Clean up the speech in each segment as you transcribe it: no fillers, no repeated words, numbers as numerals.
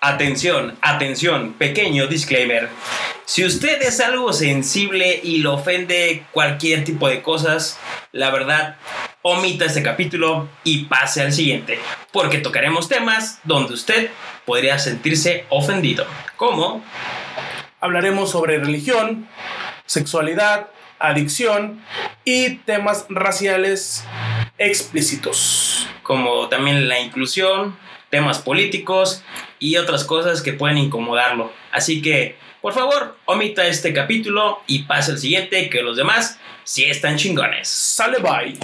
Atención, atención, pequeño disclaimer. Si usted es algo sensible y lo ofende cualquier tipo de cosas, la verdad, omita este capítulo y pase al siguiente, porque tocaremos temas donde usted podría sentirse ofendido. ¿Cómo? Hablaremos sobre religión, sexualidad, adicción y temas raciales explícitos. Como también la inclusión, temas políticos y otras cosas que pueden incomodarlo. Así que, por favor, omita este capítulo y pase al siguiente, que los demás sí están chingones. Sale, bye.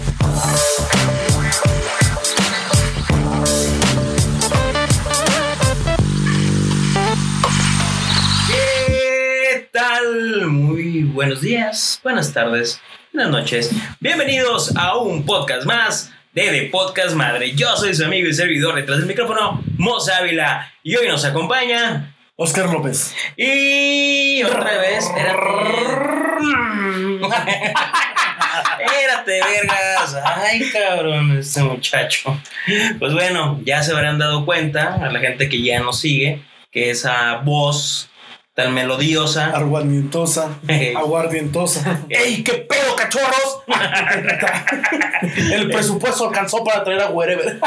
¿Qué tal? Muy buenos días, buenas tardes, buenas noches. Bienvenidos a un podcast más de Podcast Madre. Yo soy su amigo y servidor detrás del micrófono, Mos Ávila, y hoy nos acompaña Oscar López. y otra vez, espérate, vergas. Ay, cabrón, este muchacho. Pues bueno, ya se habrán dado cuenta, a la gente que ya nos sigue, que esa voz tan melodiosa, Aguardientosa. ¡Ey, qué pedo, cachorros! El presupuesto alcanzó para traer a Wherever.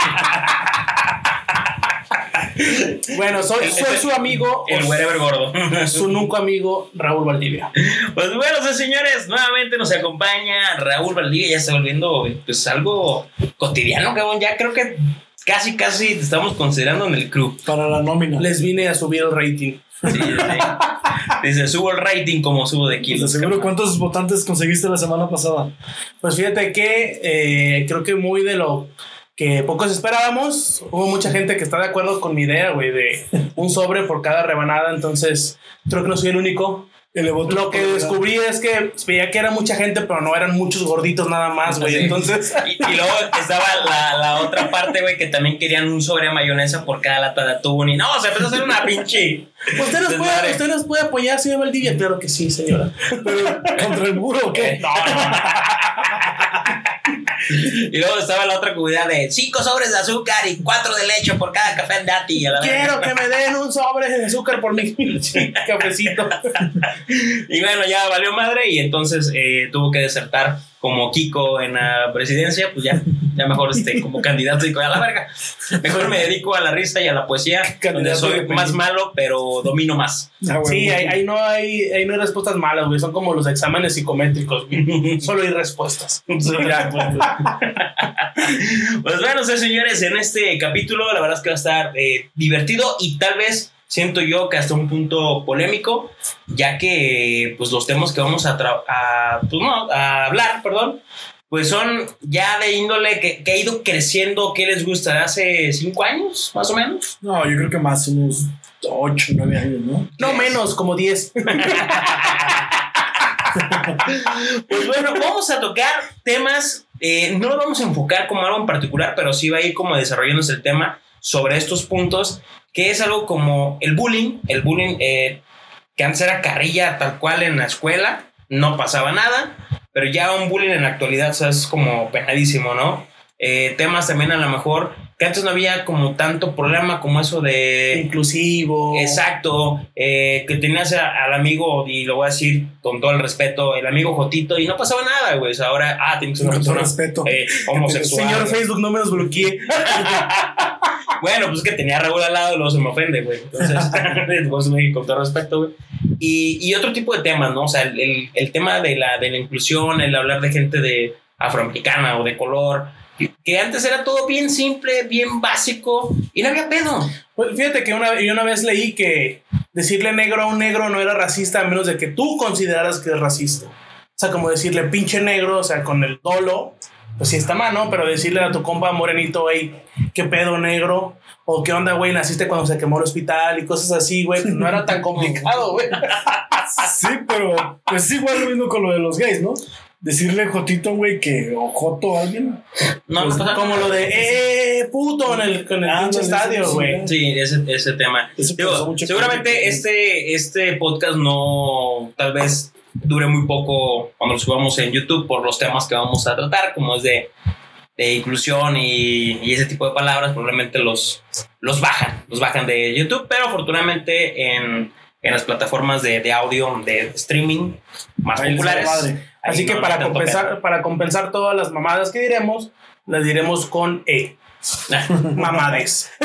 Bueno, soy su amigo, el wherever gordo. su nunca amigo, Raúl Valdivia. Pues bueno, señores, nuevamente nos acompaña Raúl Valdivia. Ya está volviendo pues algo cotidiano, cabrón. Ya creo que casi te estamos considerando en el club. Para la nómina. Les vine a subir el rating. Sí. Dice, subo el rating como subo de kilos. Seguro, ¿cuántos votantes conseguiste la semana pasada? Pues fíjate que creo que muy de lo que pocos esperábamos. Hubo mucha gente que está de acuerdo con mi idea, güey, de un sobre por cada rebanada. Entonces, creo que no soy el único. Lo que descubrí es que veía que era mucha gente, pero no eran muchos gorditos nada más, güey. Sí. Entonces... Y luego estaba la otra parte, güey, que también querían un sobre de mayonesa por cada lata de atún. Y no, se empezó a hacer una pinche... ¿Usted nos puede apoyar, señor Valdivia? Claro que sí, señora. ¿Pero contra el muro o qué? No. Y luego estaba la otra comunidad de 5 sobres de azúcar y 4 de leche por cada café andati. Quiero que me den un sobre de azúcar por mi cafecito. Y bueno, ya valió madre y entonces tuvo que desertar como Kiko en la presidencia. Pues ya mejor como candidato digo, a la verga. Mejor me dedico a la risa y a la poesía, donde soy más malo, pero domino más. Sí, ahí no hay respuestas malas, güey. Son como los exámenes psicométricos, güey. Solo hay respuestas. Pues bueno, señores, en este capítulo la verdad es que va a estar divertido y tal vez siento yo que hasta un punto polémico, ya que pues los temas que vamos a hablar, pues son ya de índole que ha ido creciendo. ¿Qué les gusta? ¿Hace 5 años, más o menos? No, yo creo que más, unos 8, 9 años, ¿no? No menos, como 10. Pues bueno, vamos a tocar temas, no lo vamos a enfocar como algo en particular, pero sí va a ir como desarrollándose el tema sobre estos puntos, que es algo como el bullying, que antes era carrilla tal cual en la escuela, no pasaba nada, pero ya un bullying en la actualidad, o sea, es como penadísimo, ¿no? Temas también a lo mejor que antes no había como tanto problema como eso de inclusivo. Exacto, que tenías al amigo, y lo voy a decir con todo el respeto, el amigo Jotito, y no pasaba nada, güey. O sea, ahora tienes una persona respeto. Homosexual. Señor Facebook, no me los bloqueé. Bueno, pues que tenía a Raúl al lado y luego se me ofende, güey. Entonces, con todo respeto, güey. Y otro tipo de temas, ¿no? O sea, el tema de la inclusión, el hablar de gente de afroamericana o de color, que antes era todo bien simple, bien básico y no había pedo. Pues fíjate que una vez leí que decirle negro a un negro no era racista a menos de que tú consideraras que es racista. O sea, como decirle pinche negro, o sea, con el dolo, pues sí está mal, ¿no? Pero decirle a tu compa morenito, güey, qué pedo negro, o qué onda, güey, naciste cuando se quemó el hospital y cosas así, güey, pues no era tan complicado, güey. Sí, pero pues igual lo mismo con lo de los gays, ¿no? Decirle Jotito, güey, que o Joto a alguien. No, pues, no, como lo de puto en el pinche estadio, güey. Sí, ese tema. Digo, seguramente este podcast no, tal vez dure muy poco cuando lo subamos en YouTube por los temas que vamos a tratar, como es de inclusión y ese tipo de palabras. Probablemente los los bajan de YouTube, pero afortunadamente en las plataformas de audio, de streaming más Ahí les da populares. madre. Así que para compensar todas las mamadas que diremos, las diremos con mamades.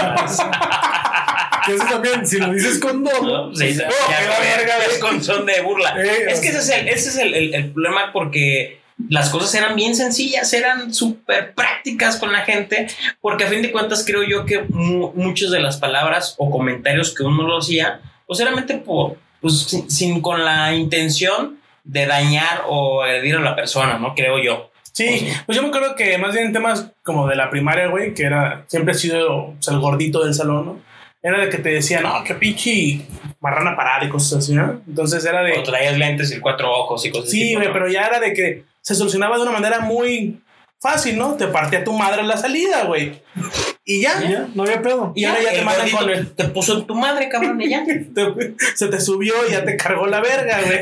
Que eso también, si lo dices con dolo. ¿No? Sí, ya, es con son de burla. Es que ese es el problema, porque las cosas eran bien sencillas, eran súper prácticas con la gente, porque a fin de cuentas creo yo que muchas de las palabras o comentarios que uno lo hacía, pues solamente sin con la intención de dañar o herir a la persona, ¿no? Creo yo. Sí, pues yo me acuerdo que más bien temas como de la primaria, güey, que siempre ha sido el gordito del salón, ¿no? Era de que te decían, no, qué pinche marrana parada y cosas así, ¿no? Entonces era de... O traías lentes y 4 ojos y cosas así. Sí, güey, pero ya era de que se solucionaba de una manera muy fácil, ¿no? Te partía tu madre en la salida, güey. Y ya. No había pedo. Y ahora ya te mandan con el... Te puso en tu madre, cabrón, y ya. Se te subió y ya te cargó la verga, güey.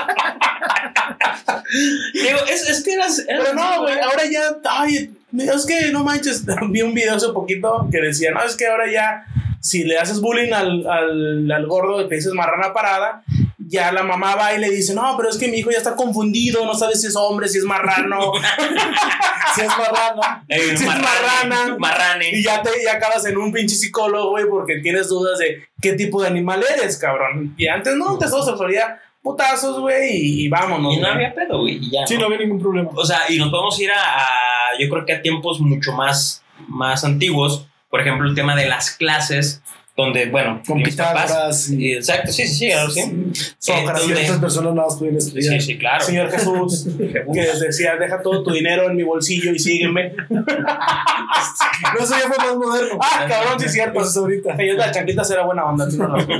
Digo, es que eras pero no, güey, ahora ya... Ay, es que no manches. Vi un video hace poquito que decía, no, es que ahora ya... Si le haces bullying al gordo que dices marrana parada, ya la mamá va y le dice, no, pero es que mi hijo ya está confundido, no sabe si es hombre, si es marrano, si es marrano, si es marrana, marrane. Y ya acabas en un pinche psicólogo, güey, porque tienes dudas de qué tipo de animal eres, cabrón. Y antes no, te solo se solía putazos, güey, y vámonos. Y no había pedo, güey, y ya. Sí, no había ningún problema. O sea, y nos podemos ir yo creo que a tiempos mucho más antiguos. Por ejemplo, el tema de las clases, donde, bueno, con Pitágoras. Exacto, sí, claro, sí. Estas personas nada más pueden estudiar. Sí, claro. Señor Jesús, que decía, deja todo tu dinero en mi bolsillo y sígueme. No, eso ya fue más moderno. Cabrón, sí es cierto. Eso es ahorita. La chanquita será buena onda.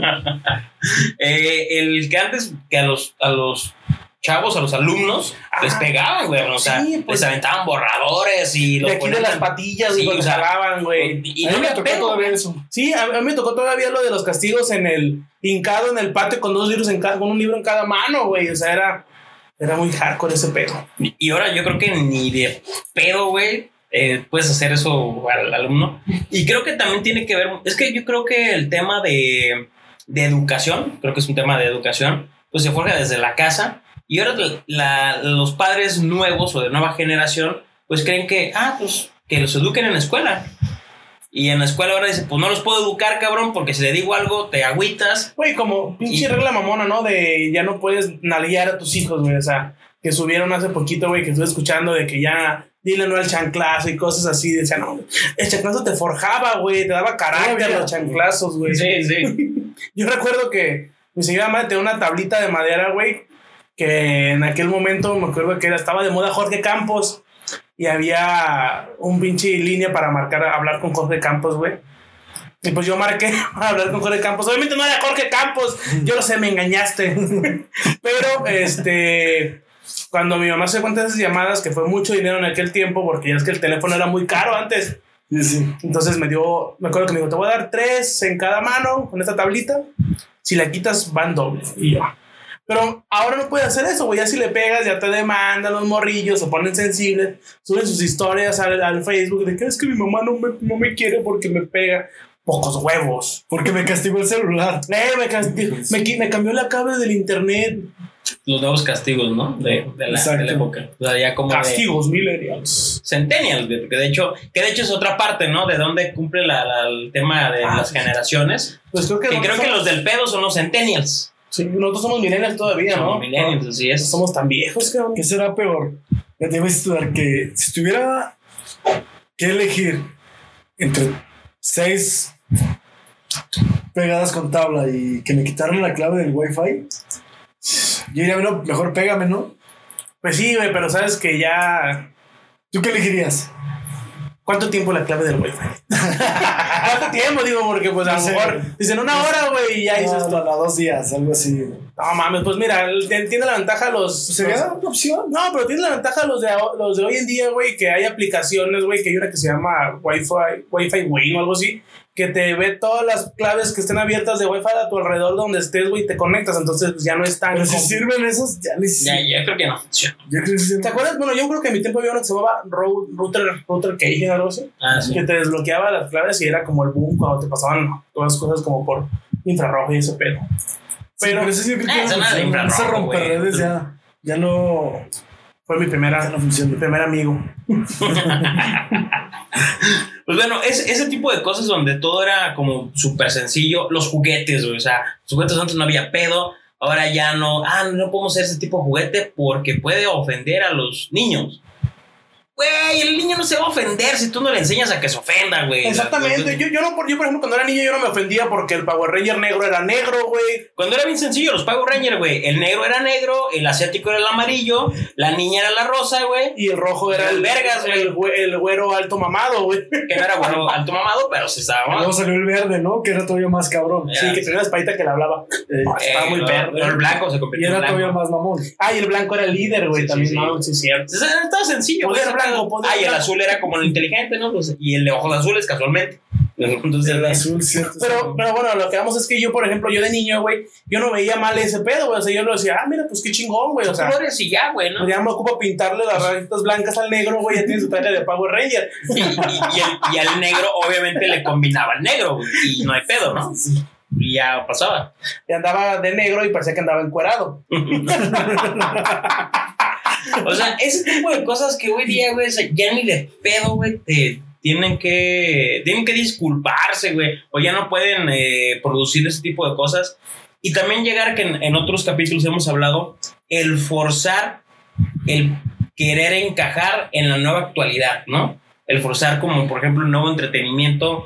El que antes, que a los chavos, a los alumnos, les pegaban, güey. O sea, sí, pues, les aventaban borradores y de aquí de las patillas, sí, los jalaban, güey. Y a mí no me tocó todavía eso. Sí, a mí me tocó todavía lo de los castigos en el hincado en el patio con 2 libros con un libro en cada mano, güey. O sea, era muy hardcore ese pedo. Y ahora yo creo que ni de pedo, güey, puedes hacer eso al alumno. Y creo que también tiene que ver, es que yo creo que el tema de educación, creo que es un tema de educación, pues se forja desde la casa. Y ahora los padres nuevos o de nueva generación, pues creen que, pues que los eduquen en la escuela. Y en la escuela ahora dicen, pues no los puedo educar, cabrón, porque si le digo algo, te agüitas. Güey, como pinche regla mamona, ¿no? De ya no puedes nalguear a tus hijos, güey. O sea, que subieron hace poquito, güey, que estuve escuchando de que ya dile no al chanclazo y cosas así. Decían, no, el chanclazo te forjaba, güey, te daba carácter los chanclazos, güey. Sí. Yo recuerdo que mi señora madre tenía una tablita de madera, güey, que en aquel momento me acuerdo que estaba de moda Jorge Campos y había un pinche línea para hablar con Jorge Campos, güey. Y pues yo marqué para hablar con Jorge Campos. Obviamente no era Jorge Campos, yo lo sé, me engañaste. Pero cuando mi mamá se cuenta de esas llamadas, que fue mucho dinero en aquel tiempo, porque ya es que el teléfono era muy caro antes. Sí. Entonces me acuerdo que me dijo, te voy a dar 3 en cada mano con esta tablita. Si la quitas, van doble. Y yo... Pero ahora no puede hacer eso, güey. Ya si le pegas, ya te demandan los morrillos, se ponen sensibles, suben sus historias al Facebook de que es que mi mamá no me quiere porque me pega. Pocos huevos. Porque me castigó el celular. Me cambió la cable del internet. Los nuevos castigos, ¿no? De la época. O sea, ya como castigos millennials. Centennials, que de hecho es otra parte, ¿no? De dónde cumple el tema de las generaciones. Pues creo que los del pedo son los centennials. Sí, nosotros somos millennials todavía, ¿no? Somos millennials, así es. Somos tan viejos, cabrón. ¿Qué será peor? Ya te voy a estudiar que si tuviera que elegir entre 6 pegadas con tabla y que me quitaran la clave del Wi-Fi, yo diría, bueno, mejor pégame, ¿no? Pues sí, güey, pero sabes que ya... ¿Tú qué elegirías? ¿Cuánto tiempo la clave del Wi-Fi? ¿Cuánto tiempo? Digo, porque pues a lo mejor dicen 1 hora, güey, y ya hizo esto. 2 días, algo así. No mames, pues mira, tiene la ventaja ¿Sería una opción? No, pero tiene la ventaja los de hoy en día, güey, que hay aplicaciones, güey, que hay una que se llama Wi-Fi Win o algo así, que te ve todas las claves que estén abiertas de Wi-Fi a tu alrededor donde estés, güey, y te conectas. Entonces, pues ya no es tan. Pero si sirven esos, ya ni Ya creo que no funciona. Yo creo que sí. ¿Te acuerdas? Bueno, yo creo que en mi tiempo había uno que se llamaba Router Cage o algo así. Sí. Que te desbloqueaba las claves y era como el boom cuando te pasaban todas las cosas como por infrarrojo y ese pedo. Pero eso sí, yo creo que eso nada de infrarrojo, ese romperredes güey. ya no. Fue mi primera, no funciona. mi primer amigo. Pues bueno, ese tipo de cosas donde todo era como súper sencillo. Los juguetes, güey. O sea, los juguetes antes no había pedo. Ahora ya no. No podemos hacer ese tipo de juguete porque puede ofender a los niños. Güey, el niño no se va a ofender si tú no le enseñas a que se ofenda, güey. Exactamente. Yo, por ejemplo, cuando era niño yo no me ofendía porque el Power Ranger negro era negro, güey. Cuando era bien sencillo, los Power Rangers, güey. El negro era negro, el asiático era el amarillo, la niña era la rosa, güey. Y el rojo era el vergas, güey. El güero alto mamado, güey. Que no era güero alto mamado, pero sí estaba. Luego salió el verde, ¿no? Que era todavía más cabrón. Sí, que tenía la espadita que le hablaba. Estaba muy verde. El blanco se Y convirtió en era blanco. todavía más mamón. Y el blanco era el líder, güey. Sí, también, sí, no, sí, cierto. Estaba sencillo. Poder güey. blanco, poder Y el blanco. azul era como lo inteligente, ¿no? Pues, y el de ojos azules, casualmente. Entonces, El azul, cierto. Pero bueno, lo que vamos es que yo, por ejemplo, yo de niño, güey, yo no veía mal ese pedo, güey. O sea, yo lo decía, mira, pues qué chingón, güey. O sea, colores y ya, güey, ¿no? ya me ocupo pintarle las rayitas blancas al negro, güey. Ya tiene su traje de Power Ranger. Y al negro, obviamente, le combinaba el negro, güey. Y no hay pedo, ¿no? Y ya pasaba. Y andaba de negro y parecía que andaba encuerado. O sea, ese tipo de cosas que hoy día, güey, o sea, ya ni de pedo, güey, tienen que disculparse, güey, o ya no pueden producir ese tipo de cosas. Y también llegar que en otros capítulos hemos hablado, el forzar, el querer encajar en la nueva actualidad, ¿no? El forzar como, por ejemplo, el nuevo entretenimiento,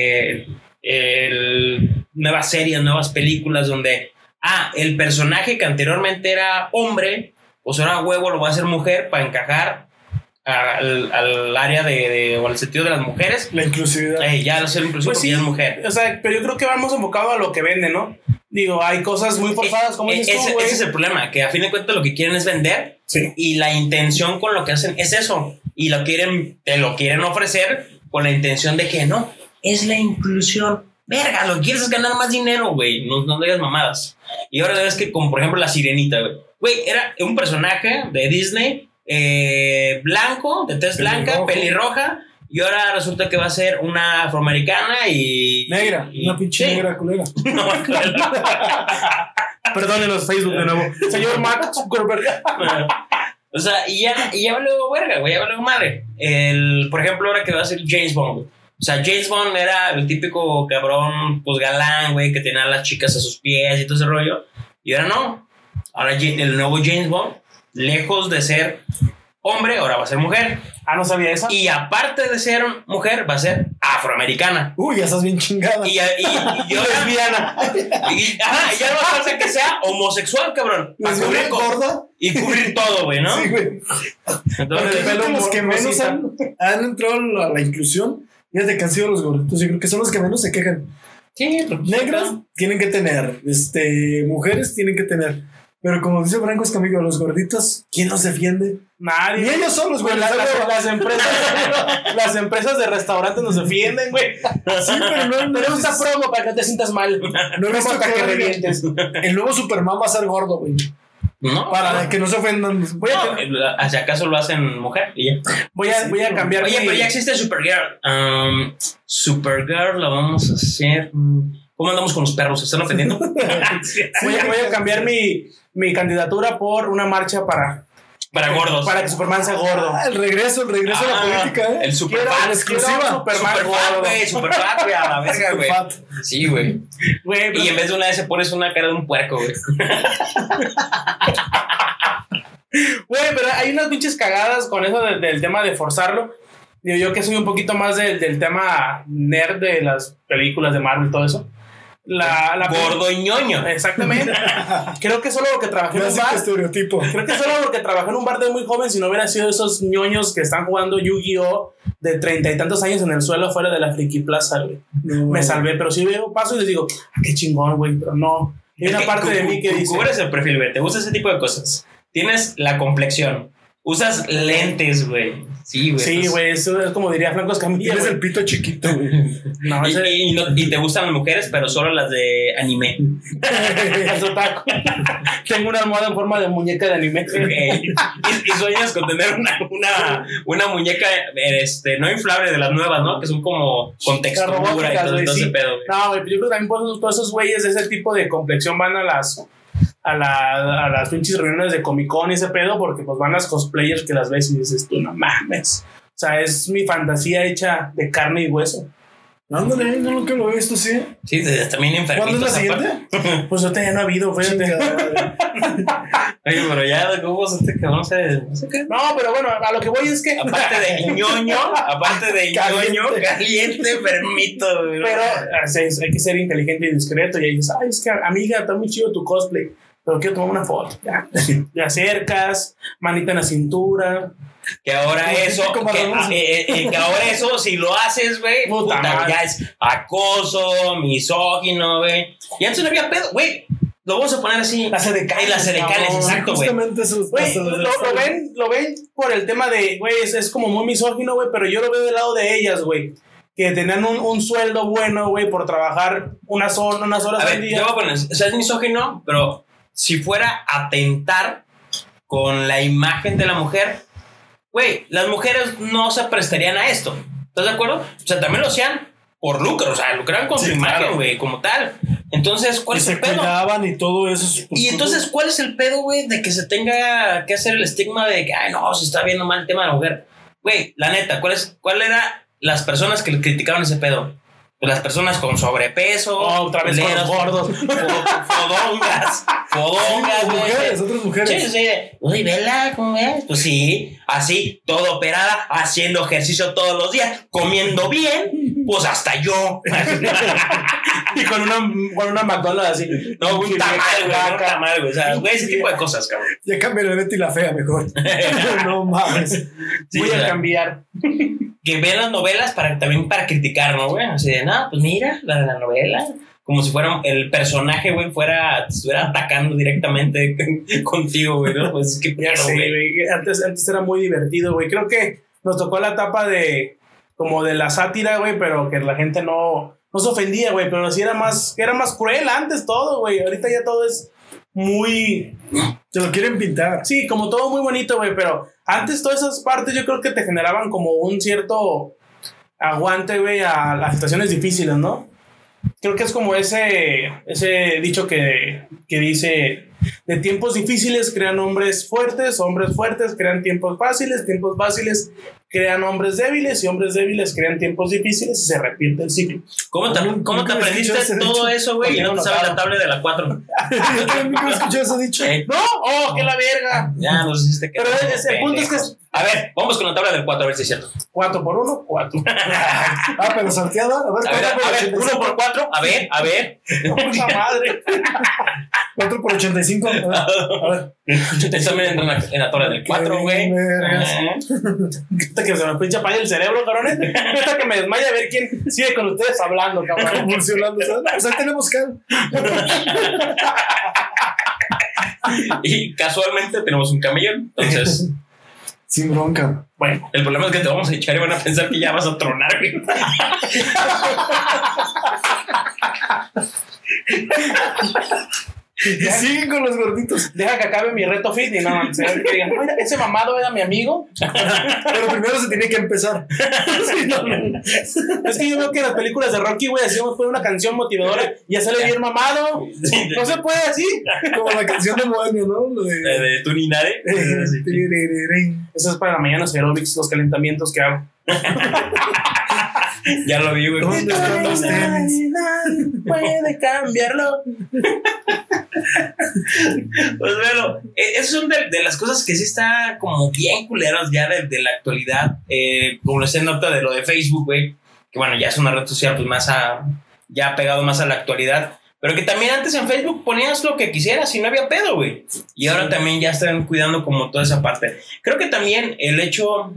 nuevas series, nuevas películas donde, el personaje que anteriormente era hombre, pues ahora huevo lo va a hacer mujer para encajar al área o al sentido de las mujeres. La inclusividad. Ya lo ser inclusivo Pues porque sí, ya es mujer. O sea, pero yo creo que vamos enfocados a lo que venden, ¿no? Digo, hay cosas muy forzadas, como dices tú, güey. Ese es el problema, que a fin de cuentas lo que quieren es vender. Sí. Y la intención con lo que hacen es eso. Y te lo quieren ofrecer con la intención de que no, es la inclusión. Verga, lo que quieres es ganar más dinero, güey. No digas mamadas. Y ahora ves que, como por ejemplo la Sirenita, güey. Güey, era un personaje de Disney blanco, de tez blanca, pelirroja. Y ahora resulta que va a ser una afroamericana y... Negra, una pinche negra culera. No, Perdónenos, Facebook de nuevo. Señor Mark Zuckerberg. O sea, y ya valió verga, güey, ya valió madre. Por ejemplo, ahora que va a ser James Bond. O sea, James Bond era el típico cabrón, pues galán, güey, que tenía a las chicas a sus pies y todo ese rollo. Y ahora no. Ahora el nuevo James Bond, lejos de ser hombre, ahora va a ser mujer. No sabía eso. Y aparte de ser mujer, va a ser afroamericana. Uy, ya estás bien chingada. Y yo lesbiana. Ya no falta que sea homosexual, cabrón. Para cubrir gorda. Y cubrir todo, güey, ¿no? Sí, güey. Entonces, Pero creo que los que menos han entrado a la inclusión, fíjate que han sido los gorditos. Yo creo que son los que menos se quejan. sí, Negras tienen que tener, mujeres tienen que tener. Pero como dice Franco Escamillo, los gorditos, ¿quién los defiende? Nadie. Ni ellos son los güey. Las empresas de restaurantes nos defienden, güey. Sí, pero no Tenemos esta promo para que no te sientas mal. No he visto para que que revientes. el nuevo Superman va a ser gordo, güey. No, Para que no se ofendan. ¿hacia acaso lo hacen mujer? Y ya. Voy a cambiar. Oye, pero ya existe Supergirl. Supergirl la vamos a hacer. ¿Cómo andamos con los perros? ¿Se están ofendiendo? Voy a cambiar mi candidatura por una marcha para gordos. Para que Superman sea gordo. El regreso a la política, ¿eh? El Superfat. Exclusiva. Superman gordo. Superfat, güey, a la verga, güey. Sí, güey. Y en vez de una S pones una cara de un puerco, güey. Güey, pero hay unas pinches cagadas con eso del tema de forzarlo. Digo, yo que soy un poquito más del tema nerd de las películas de Marvel y todo eso. Gordo y ñoño. Exactamente. Creo que solo porque trabajé en un bar. Estereotipo. Creo que solo porque trabajé en un bar de muy joven, si no hubiera sido esos ñoños que están jugando Yu-Gi-Oh! De 30 y tantos años en el suelo fuera de la Friki Plaza, güey. No, me salvé, pero sí veo paso y les digo, qué chingón, güey, pero no. Hay una parte de mí que dice... ¿Cómo eres el perfil, güey? ¿Te gusta ese tipo de cosas? Tienes la complexión, Usas lentes, güey. Sí, güey. Sí, güey, eso es como diría Franco Escamilla. Tienes güey. el pito chiquito, güey. No, ese Y te gustan las mujeres, pero solo las de anime. es otaku. Tengo una almohada en forma de muñeca de anime. Y sueñas con tener una muñeca no inflable de las nuevas, ¿no? Que son como con textura y todo ese sí. pedo, güey. No, güey, yo creo que también por eso todos esos güeyes de ese tipo de complexión van a las pinches reuniones de Comic Con y ese pedo, porque pues van las cosplayers que las ves y dices tú, no mames. O sea, es mi fantasía hecha de carne y hueso. Ándale, no nunca lo he visto, sí. Sí, también enfermitos. ¿Cuándo es la siguiente? Pues ahorita ya no ha habido, fíjate. Oye, pero ya, ¿cómo no sé qué? No, pero bueno, a lo que voy es que. Aparte de ñoño, caliente, enfermito, güey. Pero hay que ser inteligente y discreto. Y ahí dices, ay, es que amiga, está muy chido tu cosplay, pero quiero tomar una foto. Ya. Te acercas, manita en la cintura. Que ahora eso, que ahora eso, si lo haces, güey, puta, ya es acoso, misógino, güey. Y antes no había pedo, güey. Lo vamos a poner así. Las edecanes, exacto, güey. Justamente eso. Güey, lo ven por el tema de, güey, es como muy misógino, güey, pero yo lo veo del lado de ellas, güey. Que tenían un sueldo bueno, güey, por trabajar unas horas al día. Yo voy a poner, o sea, es misógino, pero si fuera a atentar con la imagen de la mujer, güey, las mujeres no se prestarían a esto. ¿Estás de acuerdo? O sea, también lo hacían por lucro, o sea, lucraban con su imagen, güey, como tal. Entonces, ¿cuál es el pedo? Se cuidaban y todo eso. Y entonces, ¿cuál es el pedo, güey, de que se tenga que hacer el estigma de que, ay, no, se está viendo mal el tema de la mujer? Güey, la neta, ¿cuál era las personas que le criticaban ese pedo? Pues las personas con sobrepeso, otra vez con los gordos, fodongas, mujeres, otras mujeres. Sí. Uy, vela, ¿cómo ves? Pues sí, así, toda operada, haciendo ejercicio todos los días, comiendo bien, pues hasta yo. Y con una McDonald's así. No, un tamal, güey. O sea, güey, ese tipo de cosas, cabrón. Ya cambia la Betty la fea mejor. No mames. Sí, voy a cambiar. Que vean las novelas también para criticar, ¿no, güey? Así de, no, pues mira, la novela. Como si fuera el personaje, güey, estuviera atacando directamente contigo, güey, ¿no? Pues qué pedo, güey. Antes era muy divertido, güey. Creo que nos tocó la etapa de la sátira, güey, pero que la gente no se ofendía, güey, pero sí era más cruel antes todo, güey. Ahorita ya todo es muy... Te lo quieren pintar. Sí, como todo muy bonito, güey, pero antes todas esas partes yo creo que te generaban como un cierto aguante, güey, a las situaciones difíciles, ¿no? Creo que es como ese dicho que dice: de tiempos difíciles crean hombres fuertes crean tiempos fáciles crean hombres débiles y hombres débiles crean tiempos difíciles y se repite el ciclo. ¿Cómo te aprendiste todo eso, güey? Y no te sabes la tabla de la 4. Yo también nunca escuché eso dicho. ¿No? ¡Oh, qué la verga! Ya nos hiciste que... Pero el punto es que... A ver, vamos con la tabla del 4, a ver si es cierto. 4 por 1, 4. Pero salteada. A ver, 1 por 4. A ver. ¡Puta madre! 4 por 85. A ver. Eso me entra en la tabla del 4, güey. Hasta que se me pinche apague el cerebro, cabrones. Hasta que me desmaye a ver quién sigue con ustedes hablando, cabrón. Convulsionando. Pues ahí tenemos cal. Y casualmente tenemos un camellón, entonces... Sin bronca. Bueno, el problema es que te vamos a echar y van a pensar que ya vas a tronar, güey. Y siguen con los gorditos. Deja que acabe mi reto fit y no, que digan, mira, ese mamado era mi amigo. Pero primero se tiene que empezar. Sí, no. Es que yo veo que las películas de Rocky, güey, así me pone una canción motivadora y ya sale bien mamado. No se puede así. Como la canción de Bohemio, ¿no? Lo de Tuninare. Eso es para la mañana, aeróbics, los calentamientos que hago. Ya lo vi, güey. ¿Dónde están los tenis? Puede cambiarlo. Pues bueno, esas son de las cosas que sí está como bien culeras ya de la actualidad. Como les nota de lo de Facebook, güey. Que bueno, ya es una red social pues ya pegado más a la actualidad. Pero que también antes en Facebook ponías lo que quisieras y no había pedo, güey. Y ahora también ya están cuidando como toda esa parte. Creo que también el hecho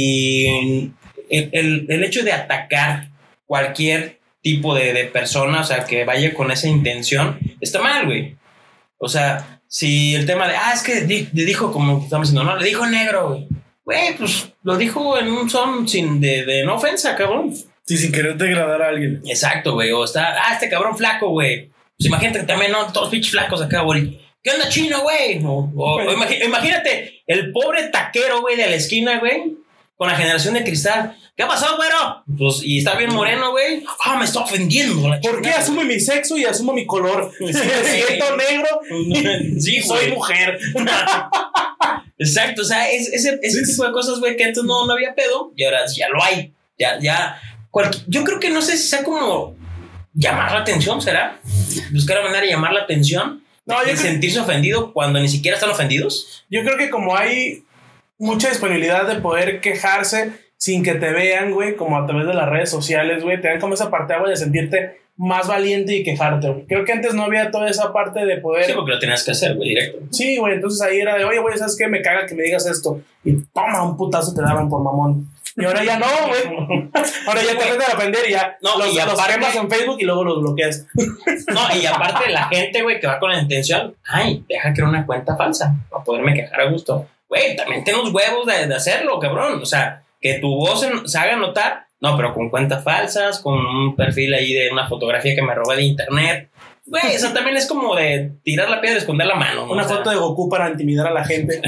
el hecho de atacar cualquier tipo de persona, o sea, que vaya con esa intención, está mal, güey. O sea, si el tema de, es que le dijo, como estamos diciendo, no, le dijo negro, güey. Güey, pues lo dijo en un son de no ofensa, cabrón. Sí, sin querer degradar a alguien. Exacto, güey. O está, este cabrón flaco, güey. Pues imagínate que también, ¿no? Todos pinches flacos acá, güey. ¿Qué onda, chino, güey? O imagínate el pobre taquero, güey, de la esquina, güey, con la generación de cristal. ¿Qué pasó, güero? Pues, y está bien moreno, güey. Me está ofendiendo. ¿Por qué asumo mi sexo y asumo mi color? Si me siento negro, sí, soy mujer. Exacto, o sea, ese tipo de cosas, güey, que antes no había pedo y ahora ya lo hay. Yo creo que no sé si sea como llamar la atención, ¿será? Buscar la manera de llamar la atención. Y sentirse ofendido cuando ni siquiera están ofendidos. Yo creo que como hay mucha disponibilidad de poder quejarse sin que te vean, güey, como a través de las redes sociales, güey, te dan como esa parte, güey, de sentirte más valiente y quejarte, güey. Creo que antes no había toda esa parte de poder... Sí, porque lo tenías que hacer, güey, directo. Sí, güey, entonces ahí era de, oye, güey, ¿sabes qué? Me caga que me digas esto. Y toma, un putazo te daban por mamón. Y ahora ya no, güey. Ahora ya te metes a aprender y ya los quemas en Facebook y luego los bloqueas. No, y aparte la gente, güey, que va con la intención, deja crear una cuenta falsa para poderme quejar a gusto. Güey, también ten los huevos de hacerlo, cabrón. O sea, que tu voz se haga notar, no, pero con cuentas falsas, con un perfil ahí de una fotografía que me robé de internet. Güey, eso también es como de tirar la piedra y esconder la mano, ¿no? Una foto de Goku para intimidar a la gente.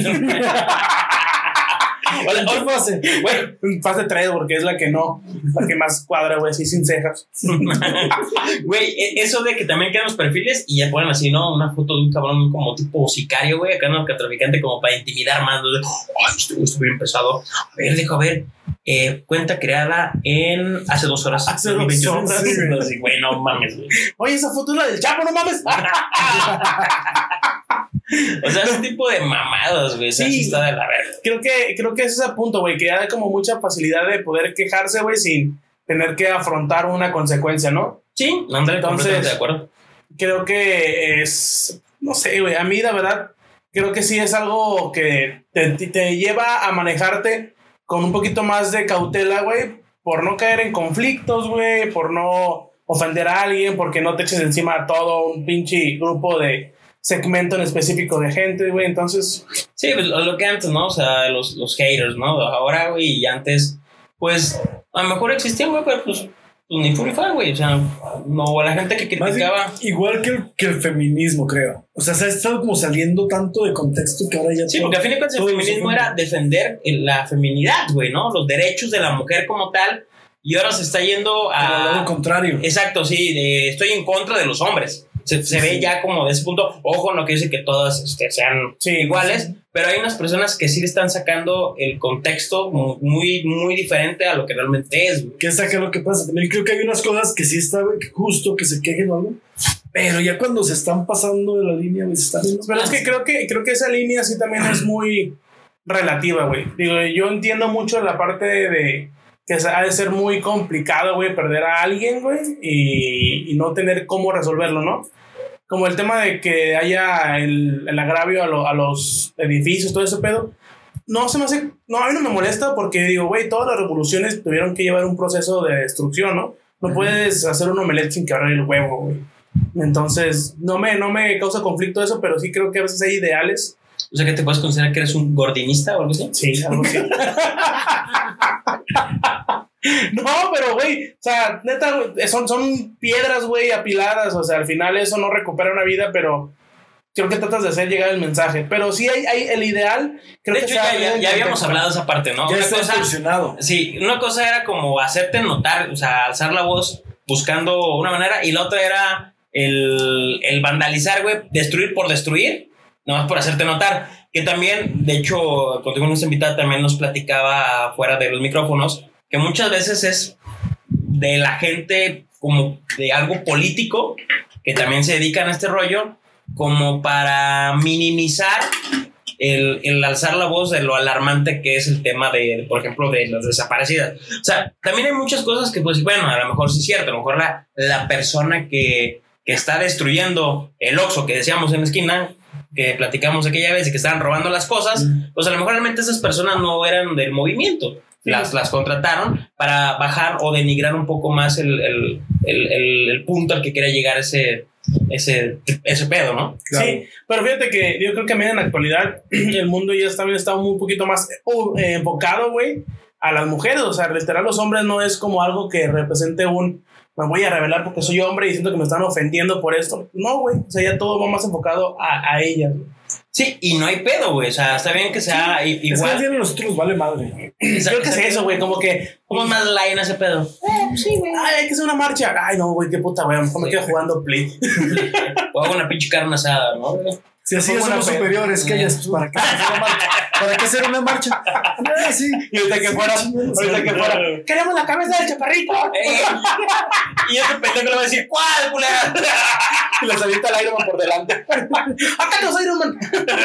Hola, pase. Güey, pase 3 porque es la que más cuadra, güey, así sin cejas. Güey, eso de que también quedan los perfiles y ya ponen así, ¿no? Una foto de un cabrón como tipo sicario, güey, acá narcotraficante como para intimidar más. Este güey está bien pesado. A ver, dejo a ver. Cuenta creada hace 2 horas. Hace 2 horas. Sí, güey, no mames, güey. Oye, esa foto es la del Chapo, no mames. O sea, ese tipo de mamadas, güey. Sí, está de la verga. Creo que ese es el punto, güey, que hay como mucha facilidad de poder quejarse, güey, sin tener que afrontar una consecuencia, ¿no? Sí, André, completamente de acuerdo. Creo que es, no sé, güey, a mí la verdad, creo que sí es algo que te lleva a manejarte con un poquito más de cautela, güey, por no caer en conflictos, güey, por no ofender a alguien, porque no te eches encima a todo un pinche grupo de segmento en específico de gente, güey, entonces... Sí, pues lo que antes, ¿no? O sea, los haters, ¿no? Ahora, güey, y antes, pues, a lo mejor existían, güey, pero pues ni furifa, güey, o sea, no, la gente que criticaba... Igual que el feminismo, creo. O sea, se ha estado como saliendo tanto de contexto que ahora ya... Sí, porque a fin de cuentas el feminismo era defender la feminidad, güey, ¿no? Los derechos de la mujer como tal, y ahora se está yendo al lado contrario. Exacto, sí, estoy en contra de los hombres. Se ve ya como de ese punto. Ojo, no quiere decir que todas sean iguales, pero hay unas personas que sí le están sacando el contexto muy, muy diferente a lo que realmente es. ¿Qué es lo que pasa? También creo que hay unas cosas que sí está justo que se quejen o algo, pero ya cuando se están pasando de la línea, güey, se están viendo. Pero es que creo que esa línea sí también es muy relativa, güey. Digo, yo entiendo mucho la parte de que ha de ser muy complicado, güey, perder a alguien, güey, y no tener cómo resolverlo, ¿no? Como el tema de que haya el agravio a los edificios, todo ese pedo. No se me hace... No, a mí no me molesta porque digo, güey, todas las revoluciones tuvieron que llevar un proceso de destrucción, ¿no? No puedes hacer un omelette sin quebrar el huevo, güey. Entonces, no me causa conflicto eso, pero sí creo que a veces hay ideales. O sea, que te puedes considerar que eres un gordinista o algo así. Sí, algo así. No, pero güey, o sea, neta, son piedras, güey, apiladas. O sea, al final eso no recupera una vida, pero creo que tratas de hacer llegar el mensaje. Pero sí hay el ideal. Creo de hecho, ya habíamos hablado de esa parte, ¿no? Ya está solucionado. Sí, una cosa era como hacerte notar, o sea, alzar la voz buscando una manera, y la otra era el vandalizar, güey, destruir por destruir, nomás por hacerte notar. Que también, de hecho, contigo nuestra invitada también nos platicaba fuera de los micrófonos que muchas veces es de la gente como de algo político, que también se dedican a este rollo, como para minimizar el alzar la voz de lo alarmante que es el tema de, por ejemplo, de las desaparecidas. O sea, también hay muchas cosas que, pues, bueno, a lo mejor sí es cierto, a lo mejor la persona que está destruyendo el Oxxo que decíamos en la esquina, que platicamos aquella vez y que estaban robando las cosas, pues a lo mejor realmente esas personas no eran del movimiento. Las contrataron para bajar o denigrar un poco más el punto al que quiera llegar ese ese pedo, ¿no? Claro. Sí, pero fíjate que yo creo que en la actualidad el mundo ya también está un poquito más enfocado, güey, a las mujeres. O sea, literal, los hombres no es como algo que represente me voy a revelar porque soy hombre y siento que me están ofendiendo por esto. No, güey, o sea, ya todo va más enfocado a ellas, güey. Sí, y no hay pedo, güey. O sea, está bien que sea igual. Es que al final a nosotros vale madre. Creo que es eso, güey, como que... ¿Cómo es más light en ese pedo? Sí, güey. Ay, hay que hacer una marcha. Ay, no, güey, qué puta, güey. Mejor me quedo jugando Play. O hago una pinche carne asada, ¿no? Si así somos superiores que ellas, pues, ¿para qué hacer una marcha? ¿Para qué hacer una marcha? Sí. Y ahorita que fuera, queremos la cabeza del chaparrito. Y ese pendejo le va a decir, ¿cuál, culera? Y les avienta el Iron Man por delante. ¡Acá no Iron Man!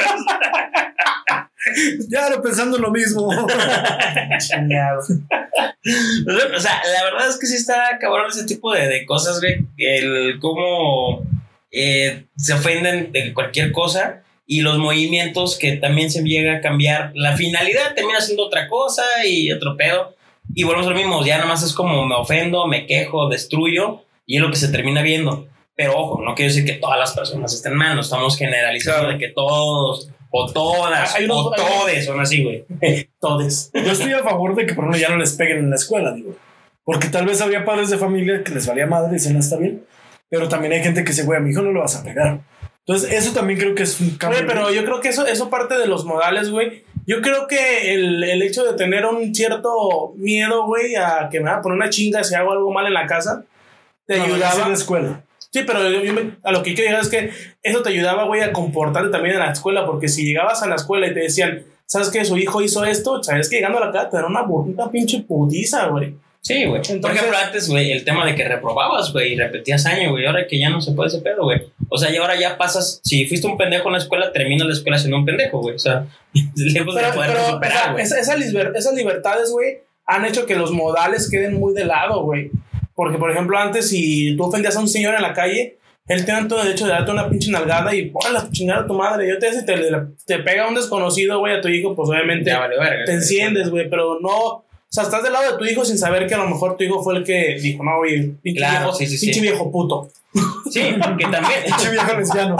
Ya lo pensando en lo mismo. Chingado. O sea, la verdad es que sí está cabrón ese tipo de cosas, güey. El cómo se ofenden de cualquier cosa y los movimientos que también se llega a cambiar. La finalidad termina siendo otra cosa y otro pedo. Y volvemos a lo mismo, ya nada más es como me ofendo, me quejo, destruyo y es lo que se termina viendo. Pero ojo, no quiero decir que todas las personas estén mal, no estamos generalizando, claro, de que todos o todas o todes son así, güey. Todes. Yo estoy a favor de que por ejemplo ya no les peguen en la escuela, digo. Porque tal vez había padres de familia que les valía madre y dicen, no está bien. Pero también hay gente que dice, güey, a mi hijo no lo vas a pegar. Entonces, eso también creo que es un cambio. Güey, pero yo creo que eso parte de los modales, güey. Yo creo que el hecho de tener un cierto miedo, güey, a que me va a poner una chinga si hago algo mal en la casa, te ayudaba. En la escuela. Sí, pero a lo que quiero llegar es que eso te ayudaba, güey, a comportarte también en la escuela, porque si llegabas a la escuela y te decían, ¿sabes qué? Su hijo hizo esto, sabes que llegando a la casa te dan una pinche putiza, güey. Sí, güey. Por ejemplo, antes, güey, el tema de que reprobabas, güey, y repetías año, güey, ahora que ya no se puede ese pedo, güey. O sea, y ahora ya pasas, si fuiste un pendejo en la escuela, terminas la escuela siendo un pendejo, güey. O sea, lejos de poder superar, güey. Esas libertades, güey, han hecho que los modales queden muy de lado, güey. Porque, por ejemplo, antes, si tú ofendías a un señor en la calle, él tiene todo el derecho de darte una pinche nalgada y ponle a chingar a tu madre. Yo te digo, si te pega un desconocido, güey, a tu hijo, pues obviamente vale, verga, te enciendes, güey, pero no. O sea, estás del lado de tu hijo sin saber que a lo mejor tu hijo fue el que dijo, no, oye, pinche, claro, viejo, pinche viejo puto. Sí, que también. Pinche viejo lesbiano.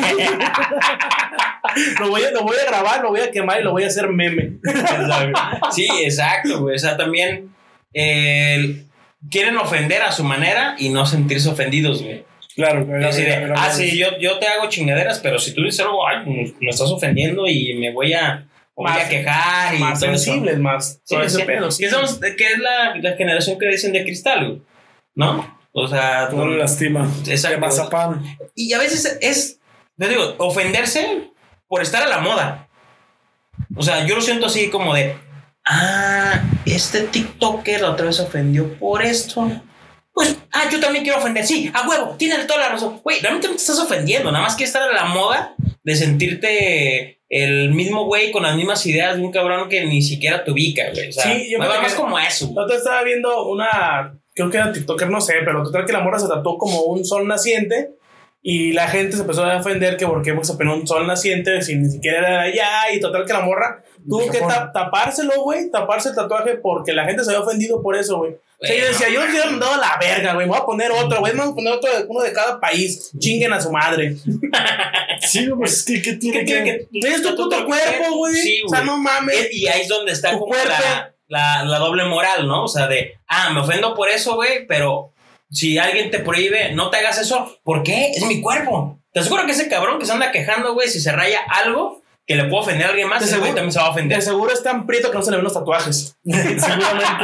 Lo voy a grabar, lo voy a quemar y lo voy a hacer meme. Sí, exacto, güey. O sea, también quieren ofender a su manera y no sentirse ofendidos, güey. Claro, sí, yo te hago chingaderas, pero si tú dices algo, ay, me estás ofendiendo y me voy a quejar y más sensibles, más sí, ese pedo. Sí. Que es la generación que dicen de cristal, ¿no? O sea, no le lastima. Exacto. De mazapán. Y a veces te digo, ofenderse por estar a la moda. O sea, yo lo siento así como de, este TikToker la otra vez ofendió por esto. Pues, yo también quiero ofender. Sí, a huevo, tienes toda la razón. Güey, realmente no te estás ofendiendo. Nada más que estar a la moda de sentirte el mismo güey con las mismas ideas de un cabrón que ni siquiera te ubica, güey. O sea, sí, yo me va más como eso. Yo estaba viendo creo que era TikToker, no sé, pero total que la morra se tatuó como un sol naciente y la gente se empezó a ofender que porque se peinó un sol naciente si ni siquiera era de allá y total que la morra tuvo que tapárselo, güey, taparse el tatuaje porque la gente se había ofendido por eso, güey. O sea, yo decía, yo no quiero mandado a la verga, güey. Me voy a poner otro, güey. Me voy a poner uno de cada país. Chinguen a su madre. Sí, pues, ¿qué tiene que...? Es tu puto cuerpo, güey. Sí, o sea, no mames. Y ahí es donde está como la doble moral, ¿no? O sea, me ofendo por eso, güey, pero si alguien te prohíbe, no te hagas eso. ¿Por qué? Es mi cuerpo. Te aseguro que ese cabrón que se anda quejando, güey, si se raya algo que le puede ofender a alguien más, ese güey también se va a ofender. De seguro es tan prieto que no se le ven los tatuajes. Seguramente.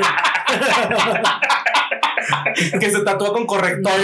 Que se tatuó con corrector.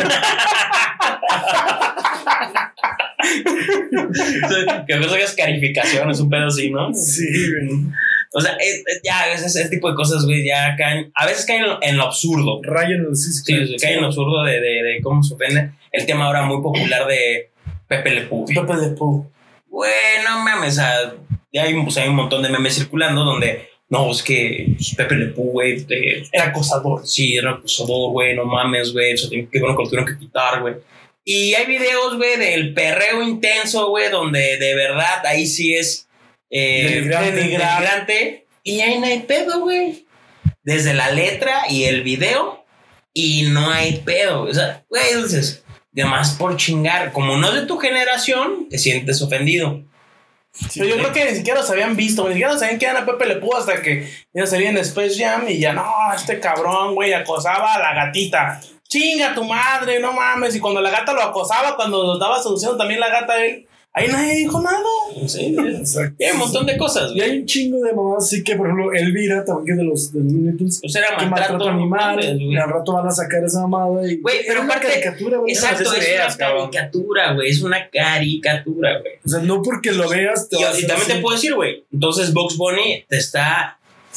Que no hagas carificación, es un pedo así, ¿no? Sí, güey. O sea, ya ese tipo de cosas, güey, ya caen. A veces caen en lo absurdo. Rayan caen en lo absurdo de cómo se ofende. El tema ahora muy popular de Pepe Le Pew. Pepe Le Pew. Güey, no mames, ya hay un montón de memes circulando donde, no, es que Pepe Le Pew, güey, era acosador. Sí, era acosador, güey, no mames, güey, eso qué bueno que lo tuvieron que quitar, güey. Y hay videos, güey, del perreo intenso, güey, donde de verdad ahí sí es denigrante. Y ahí no hay pedo, güey. Desde la letra y el video, y no hay pedo. O sea, güey, entonces, Además por chingar. Como no es de tu generación, te sientes ofendido. Sí, pero yo creo que ni siquiera los habían visto, ni siquiera sabían que era Pepe Le Pew hasta que ya salían en Space Jam y ya, no, este cabrón, güey, acosaba a la gatita. Chinga tu madre, no mames. Y cuando la gata lo acosaba, cuando lo estaba seduciendo también la gata a él, ahí nadie dijo nada. Sí, hay un montón de cosas. Y hay un chingo de mamás, sí que por ejemplo Elvira, también que es de los Looney Tunes, pues era que maltrato animal, y al rato van a sacar esa mamada y güey, pero una aparte, caricatura, güey. exacto, no, es ideas, una caricatura, güey, es una caricatura, güey. O sea, no porque lo veas te Y va a hacer también así. te puedo decir, güey, entonces Bugs Bunny te está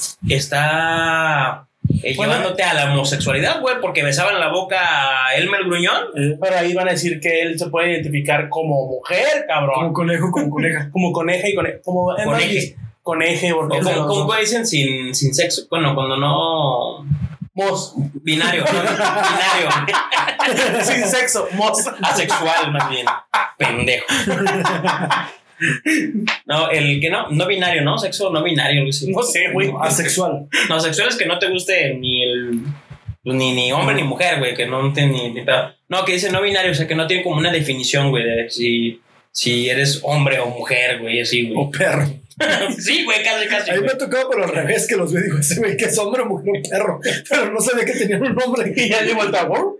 llevándote a la homosexualidad, güey, porque besaban la boca a Elmer Gruñón. Pero ahí van a decir que él se puede identificar como mujer, cabrón. Como conejo, como coneja. Como coneja y coneja. Como Coneje. Coneje, porque ¿Cómo dicen sin sexo? Bueno, cuando no... Mos. Binario. Binario. Sin sexo, mos. Asexual, más bien. Pendejo. No, el que no binario, ¿no? Sexo no binario. No sé, güey. Asexual. No, sexual es que no te guste ni hombre ni mujer, güey, que no te ni pedo. No, que dice no binario, o sea, que no tiene como una definición, güey, de si eres hombre o mujer, güey, así, güey. O perro. Sí, güey, casi. A mí me Güey. ha tocado, pero al revés, que los veo y digo, ese güey que es hombre, mujer o perro. Pero no sabía que tenían un nombre. Y ya digo el tabú.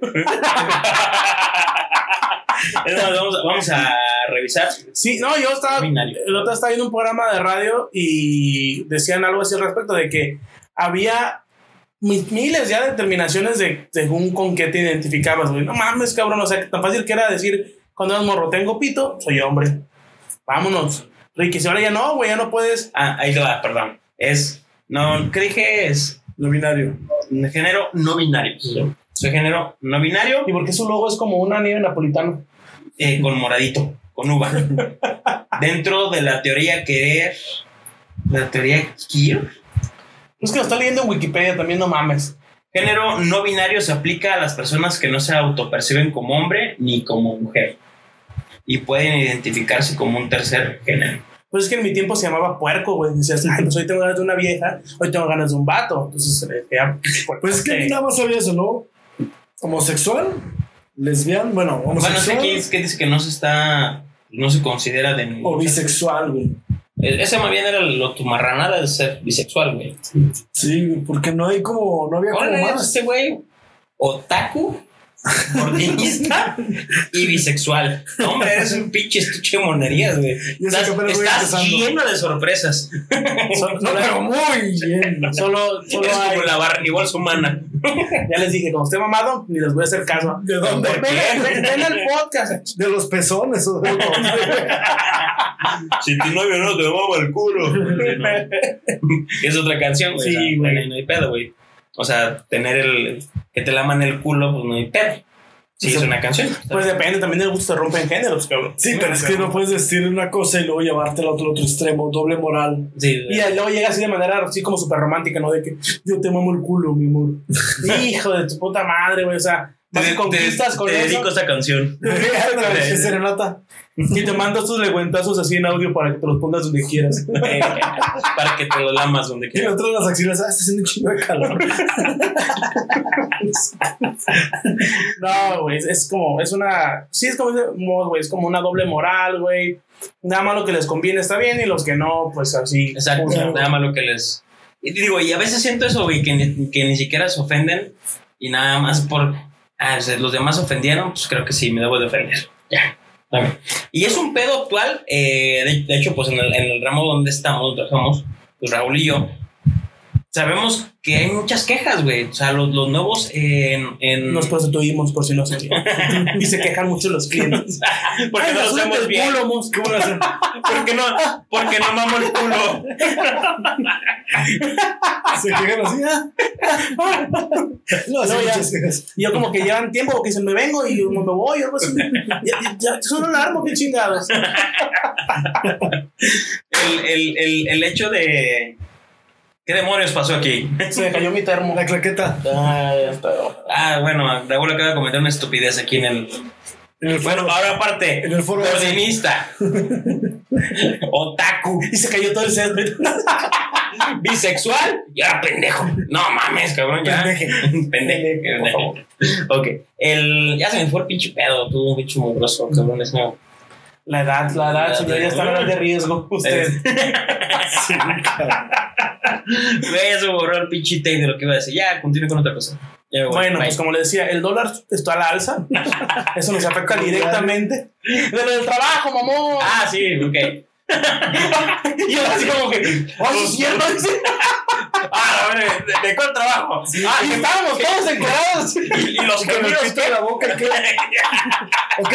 Es más, vamos a revisar. Sí, no, yo estaba. Binario. El otro estaba viendo un programa de radio y decían algo así al respecto de que había miles ya de determinaciones de según con qué te identificabas, güey. No mames, cabrón. O sea, tan fácil que era decir cuando eras morro, tengo pito, soy hombre. Vámonos. Ricky, si ahora ya no, güey, ya no puedes. Ah, ahí te va, perdón. ¿Qué dije? Es No binario. género no binario. Soy género no binario. ¿Y por qué su logo es como una nieve napolitana? Con moradito, con uva. Dentro de la teoría queer. Es que lo está leyendo en Wikipedia también, no mames. Género no binario se aplica a las personas que no se autoperciben como hombre ni como mujer y pueden identificarse como un tercer género. Pues es que en mi tiempo se llamaba puerco, güey. Decías, ay, pues hoy tengo ganas de una vieja, hoy tengo ganas de un vato. Entonces se le decía, Pues es que nada más sabía eso, ¿no? Homosexual, lesbiana, bueno, homosexual. Bueno, ¿qué dice que no se considera de o bisexual, güey. Ese más bien era tu marranada de ser bisexual, güey. Sí, porque no había como Ahora es más. este güey otaku, gordinista y bisexual. No, hombre, eres un pinche estuche de monerías, güey. Y eso que apenas voy Estás empezando. lleno de sorpresas. No, pero muy bien. Solo Eres hay. como la bolsa humana. Ya les dije, como esté mamado, ni les voy a hacer caso. ¿De dónde? ¿Por qué? Ven al podcast. De los pezones o de Si tu novio no te mama el culo. Sí, no. Es otra canción, güey. Sí, O sea, güey. no hay pedo, güey. O sea, tener que te laman el culo, pues no hay pedo. Sí, es una canción. Pues depende, también del gusto se rompen géneros, cabrón. Sí, pero es que no puedes decir una cosa y luego llevártela a otro extremo, doble moral. Sí, Y luego llega así de manera así como súper romántica, ¿no? De que yo te mamo el culo, mi amor. Hijo de tu puta madre, güey. O sea, vas y conquistas con te eso. dedico esta canción. ¿Qué serenata? Y te mando estos legüentazos así en audio para que te los pongas donde quieras. Para que te lo lamas donde Y quieras. el otro en las axilas, está haciendo un chingo de calor. No, güey, es como, es una, sí, es como ese mod, güey, es como una doble moral, güey. Nada más lo que les conviene está bien y los que no, pues así. Exacto, nada más lo que les... Y digo, y a veces siento eso, güey, que ni siquiera se ofenden y nada más por... o sea, los demás ofendieron, pues creo que sí, me debo de ofender. Ya. También. Y es un pedo actual, de hecho, pues en el ramo donde trabajamos, pues Raúl y yo, sabemos que hay muchas quejas, güey. O sea, los nuevos en... Nos prostituimos, por si no sabían. Y se quejan mucho los clientes. Porque no lo hacemos bien. ¿Cómo lo hacen? Porque no mamo el culo. Se quejan así, No, así No, ya. muchas quejas. Y yo como que llevan tiempo porque dicen, me vengo y me voy, algo así. Ya son alarma, qué chingados. El hecho de... ¿Qué demonios pasó aquí? Se me cayó mi termo. La claqueta. Ya está. Bueno, Raúl acaba de cometer una estupidez aquí en el... Bueno, ahora aparte, en el foro gordinista, otaku. Y se cayó todo el set. bisexual y ahora pendejo. No mames, cabrón, ya. Pendejo. Ok. Ya se me fue el pinche pedo, tú, un pinche mugroso, cabrón, es nuevo. La edad, señor, ya está en edad de riesgo. Usted. Sí, güey, ya se borró el pinche take de lo que iba a decir. Ya, continúe con otra cosa. Bueno, pues como le decía, el dólar está a la alza. Eso nos afecta directamente. De lo del trabajo, mamón. Ah, sí, ok. Y yo así como que, eso es cierto. A ver, ¿de cuál trabajo? Sí, y estábamos todos encuadrados. Y los gemidos de la boca. ¿Ok?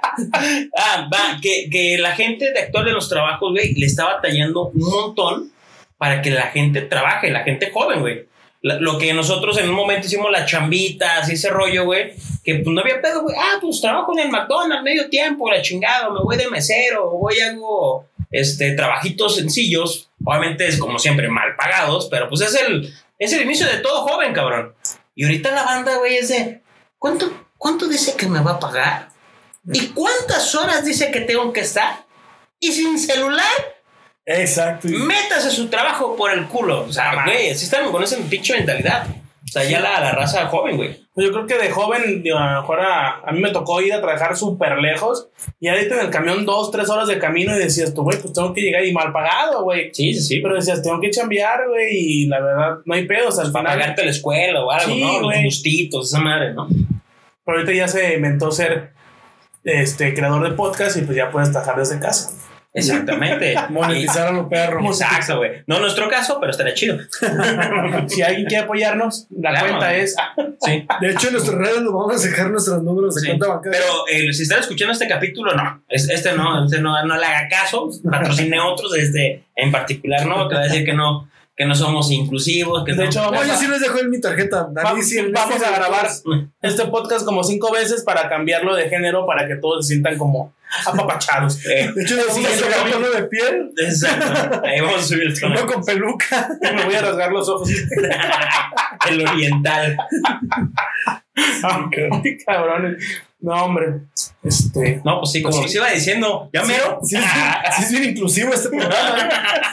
Que la gente de actual de los trabajos, güey, le está batallando un montón para que la gente trabaje, la gente joven, güey. Lo que nosotros en un momento hicimos las chambitas y ese rollo, güey, que pues no había pedo, güey. Pues trabajo en el McDonald's medio tiempo, la chingada, me voy de mesero, voy y hago trabajitos sencillos, obviamente es como siempre mal pagados, pero pues es el inicio de todo joven, cabrón. Y ahorita la banda, güey, es de ¿cuánto dice que me va a pagar? ¿Y cuántas horas dice que tengo que estar? ¿Y sin celular? Exacto. Métase su trabajo por el culo. O sea, güey, así estamos con esa pinche mentalidad. O sea, ya la raza joven, güey. Yo creo que de joven, a lo mejor a mí me tocó ir a trabajar súper lejos. Y ahorita en el camión 2-3 horas de camino y decías tú, güey, pues tengo que llegar y mal pagado, güey. Sí. Pero decías, tengo que chambear, güey, y la verdad, no hay pedos. Al final, pagarte la escuela o algo, sí, ¿no? Los gustitos, esa madre, ¿no? Pero ahorita ya se inventó ser creador de podcast y pues ya puedes trabajar desde casa. Exactamente. Monetizar a los perros. Exacto, güey. No en nuestro caso, pero estaría chido. Si alguien quiere apoyarnos, la cuenta es. Sí. De hecho, en nuestras redes nos vamos a dejar nuestros números de cuenta bancaria. Pero si están escuchando este capítulo, no. No le haga caso. Patrocine otros. En particular, no. Que va a decir que no somos inclusivos. Que de hecho, yo sí les dejo en mi tarjeta. Vamos a grabar este podcast como 5 veces para cambiarlo de género para que todos se sientan como apapachados. De hecho, le vamos a sacar el tono de piel. Exacto. Ahí vamos a subir el tono. No con peluca. Me voy a rasgar los ojos. El oriental. Ay, cabrones. No, hombre. No, pues sí, como se iba diciendo. ¿Ya mero? Sí, es bien inclusivo este programa.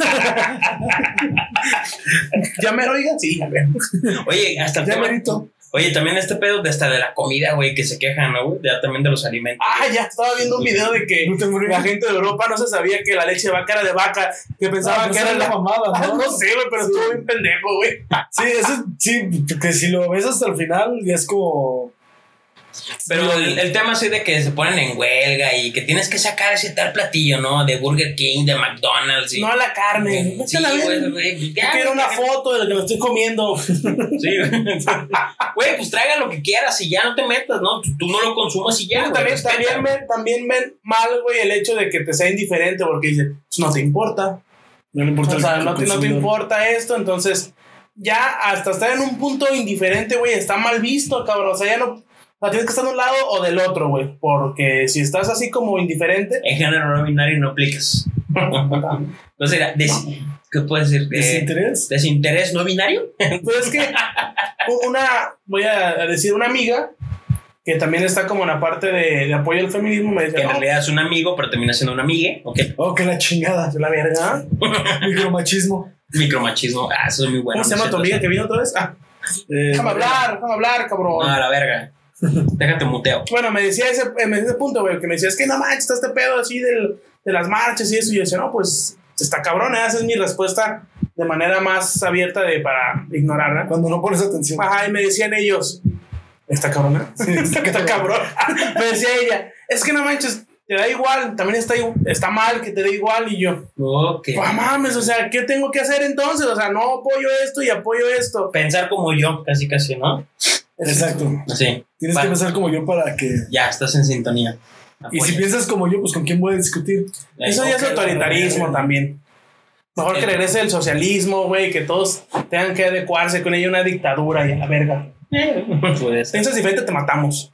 ¿Ya mero, oigan? Sí, ya mero. Oye, hasta el ya tema. merito. Oye, también pedo hasta de la comida, güey, que se quejan, ¿no, güey? Ya también de los alimentos. Ya estaba viendo un video de que la gente de Europa no se sabía que la leche de vaca era de vaca, que pensaban que era la mamada, ¿no? No sé, güey, pero estuvo bien pendejo, güey. Sí, eso sí, que si lo ves hasta el final ya es como... Pero el tema así de que se ponen en huelga y que tienes que sacar ese tal platillo, ¿no? De Burger King, de McDonald's. No a la carne. Sí, güey. Yo quiero una foto de lo que me estoy comiendo. Sí, güey, pues traiga lo que quieras y ya no te metas, ¿no? Tú no lo consumas y ya. También ven mal, güey, el hecho de que te sea indiferente porque dice, no te importa. No le importa. O sea, no te importa esto, entonces ya hasta estar en un punto indiferente, güey, está mal visto, cabrón. O sea, ya no... O sea, tienes que estar de un lado o del otro, güey. Porque si estás así como indiferente... En género no binario no aplicas. Entonces era... ¿Qué puedes decir? ¿Desinterés? ¿Desinterés no binario? Pues es que voy a decir una amiga que también está como en la parte de apoyo al feminismo. Me dice, que en realidad es un amigo, pero termina siendo una amigue. Okay. Oh, que la chingada. De la verga. Micromachismo. Micromachismo. Eso es muy bueno. ¿Cómo se llama tu amiga que vino otra vez? Déjame hablar, cabrón. No, a la verga. Déjate muteo. Bueno, me decía ese punto, güey, que me decía, es que no manches, está este pedo así de las marchas y eso. Y yo decía, no, pues está cabrón, esa es mi respuesta de manera más abierta para ignorarla. Cuando no pones atención. Ajá, y me decían ellos, está cabrón, sí, está cabrón. Me decía ella, es que no manches, te da igual, también está mal que te dé igual. Y yo, okay. Pues mames, o sea, ¿qué tengo que hacer entonces? O sea, no apoyo esto y apoyo esto. Pensar como yo, casi, ¿no? Exacto. Sí. Tienes que pensar como yo para que... Ya, estás en sintonía. Apoya. Y si piensas como yo, pues ¿con quién voy a discutir? Eso ya es autoritarismo también. Mejor que regrese el socialismo, güey, que todos tengan que adecuarse con ella una dictadura y a la verga. Piensas diferente, te matamos.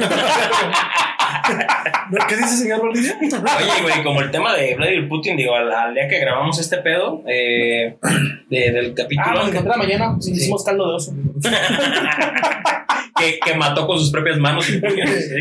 ¿Qué dice, señor Valdivia? Oye, güey, como el tema de Vladimir Putin, digo, al día que grabamos este pedo del capítulo. Me encontré la mañana, sí. Hicimos caldo de oso. que mató con sus propias manos.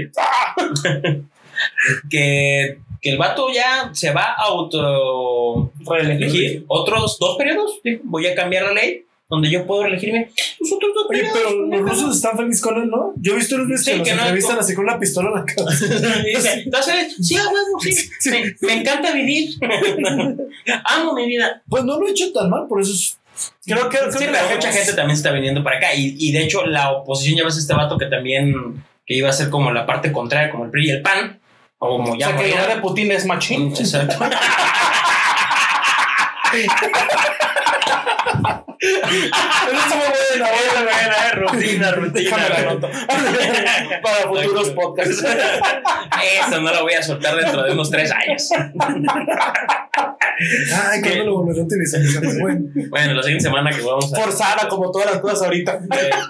Que el vato ya se va a elegir otros 2 periodos. ¿Sí? Voy a cambiar la ley donde yo puedo elegirme los otros 2 Oye, periodos. pero los rusos están felices con él, ¿no? Yo he visto los videos Sí, que los que no, entrevistan así con una pistola en la cabeza. Y dice, entonces, sí, a huevo, sí. Me encanta vivir. Amo mi vida. Pues no lo he hecho tan mal, por eso es... Creo que mucha gente también se está viniendo para acá. Y de hecho, la oposición ya ves este vato que también que iba a ser como la parte contraria, como el PRI y el PAN. O como ya. O sea, que la de Putin es machín. Exacto. Rutina. Para futuros podcasts. Eso no lo voy a soltar dentro de unos 3 años. Ay, ¿cuándo lo volveré a utilizar? Bueno, la siguiente semana que vamos a... Forzada, como todas las cosas ahorita.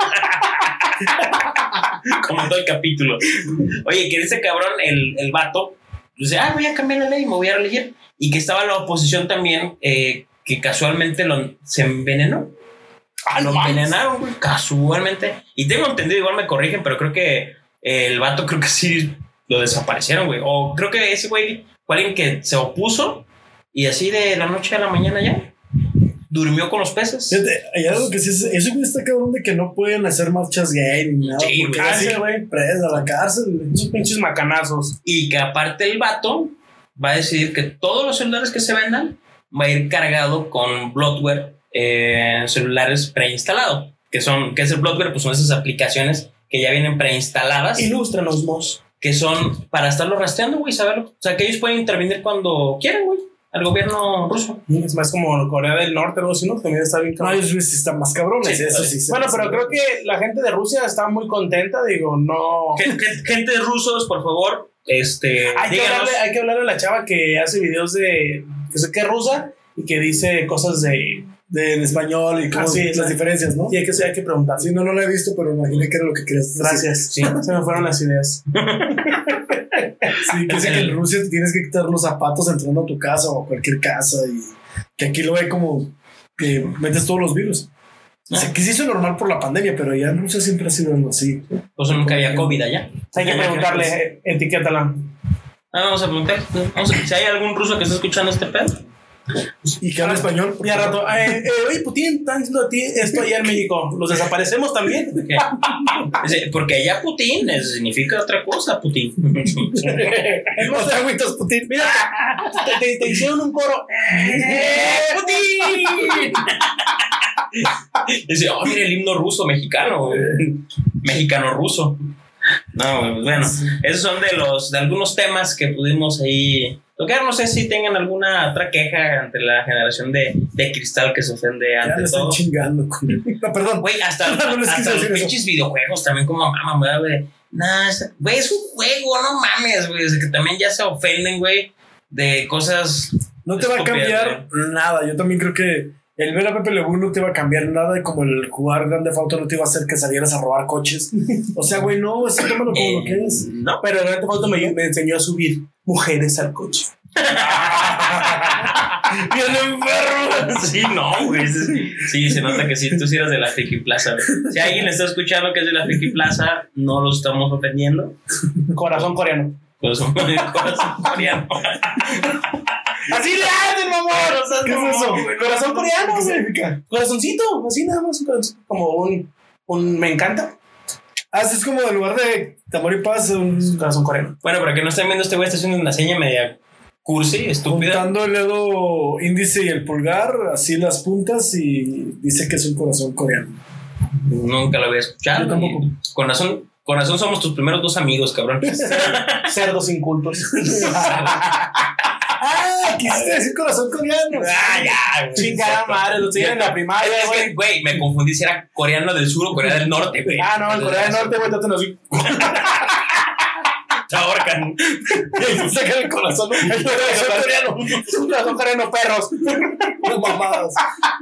Como todo el capítulo. Oye, que dice cabrón el vato. Dice, voy a cambiar la ley, me voy a reelegir. Y que estaba la oposición también, que casualmente se envenenó. Lo envenenaron, güey, casualmente. Y tengo entendido, igual me corrigen, pero creo que el vato, creo que sí lo desaparecieron, güey. O creo que ese güey fue alguien que se opuso y así de la noche a la mañana ya durmió con los peces. Fíjate, hay algo que sí, eso güey está cabrón de que no pueden hacer marchas gay ni nada. Sí, porque güey, así, güey, presa a la cárcel. Esos pinches macanazos. Y que aparte el vato va a decidir que todos los celulares que se vendan va a ir cargado con bloatware, celulares preinstalados. ¿Qué es el bloatware? Pues son esas aplicaciones que ya vienen preinstaladas. Ilústranos, Mos. Que son para estarlo rastreando, güey, saberlo. O sea, que ellos pueden intervenir cuando quieran, güey. Al gobierno ruso. Es más como Corea del Norte, algo así, ¿no? También está bien cabrón. No, ellos sí están más cabrones. Sí, eso sí. Bueno, pero creo que la gente de Rusia está muy contenta, digo, no. Gente de rusos, por favor, Hay que hablarle a la chava que hace videos que sé que es rusa y que dice cosas en español y cómo las diferencias, ¿no? Sí, hay que preguntar. Sí, no lo he visto, pero imaginé que era lo que querías decir. Gracias. Sí, se me fueron las ideas. Sí, que dice que en Rusia te tienes que quitar los zapatos entrando a tu casa o a cualquier casa y que aquí lo ve como que metes todos los virus. O sea, que sí hizo normal por la pandemia, pero ya en Rusia siempre ha sido así. Pues nunca había COVID allá. Hay que preguntarle, etiquétala. Vamos a preguntar. Si hay algún ruso que esté escuchando este pedo. Y que habla español. Ya rato. Oye, Putin, están diciendo a ti esto allá en México. ¿Los desaparecemos también? Porque allá Putin significa otra cosa, Putin. Putin. Mira, te hicieron un coro. ¡Putin! Dice, mira el himno ruso mexicano. Mexicano-ruso. No, bueno, esos son de algunos temas que pudimos ahí tocar. No sé si tengan alguna otra queja ante la generación de cristal que se ofende ante ya todo. Están chingando con... No, perdón. Güey, hasta los pinches videojuegos también como maman, güey. Güey, es un juego, no mames, güey. Es que también ya se ofenden, güey, de cosas. No te va a cambiar nada. Yo también creo que el ver a Pepe Le Pew no te va a cambiar nada, como el jugar Grand Theft Auto no te iba a hacer que salieras a robar coches. O sea, güey, no, eso tómalo como lo que es. No, pero el Grand Theft Auto me enseñó a subir mujeres al coche. ¡Bien enfermo! Sí, no, güey. Sí, se nota que sí, tú sí eres de la Friki Plaza, güey. Si alguien está escuchando que es de la Friki Plaza, no lo estamos ofendiendo. Corazón coreano. Corazón coreano. Así le hacen, mamón. ¿Qué es eso? Corazón coreano. ¿Qué significa? Corazoncito, así nada más. Como un me encanta. Es como en lugar de amor y paz, un corazón coreano. Bueno, para que no estén viendo, este güey está haciendo una seña media cursi, estúpida. Juntando el dedo índice y el pulgar, así las puntas, y dice que es un corazón coreano. Nunca lo había escuchado. Yo tampoco. Corazón somos tus primeros 2 amigos, cabrón. Cerdos incultos. Quisiste decir corazón coreano. Ya, chingada madre, lo tienen en la primaria, güey. Güey, me confundí si era coreano del sur o Corea del Norte, güey. No, en Corea del Norte, güey, tratan así. Te ahorcan. Sacan el corazón. El corazón coreano. Es un corazón coreano, perros. No mamadas.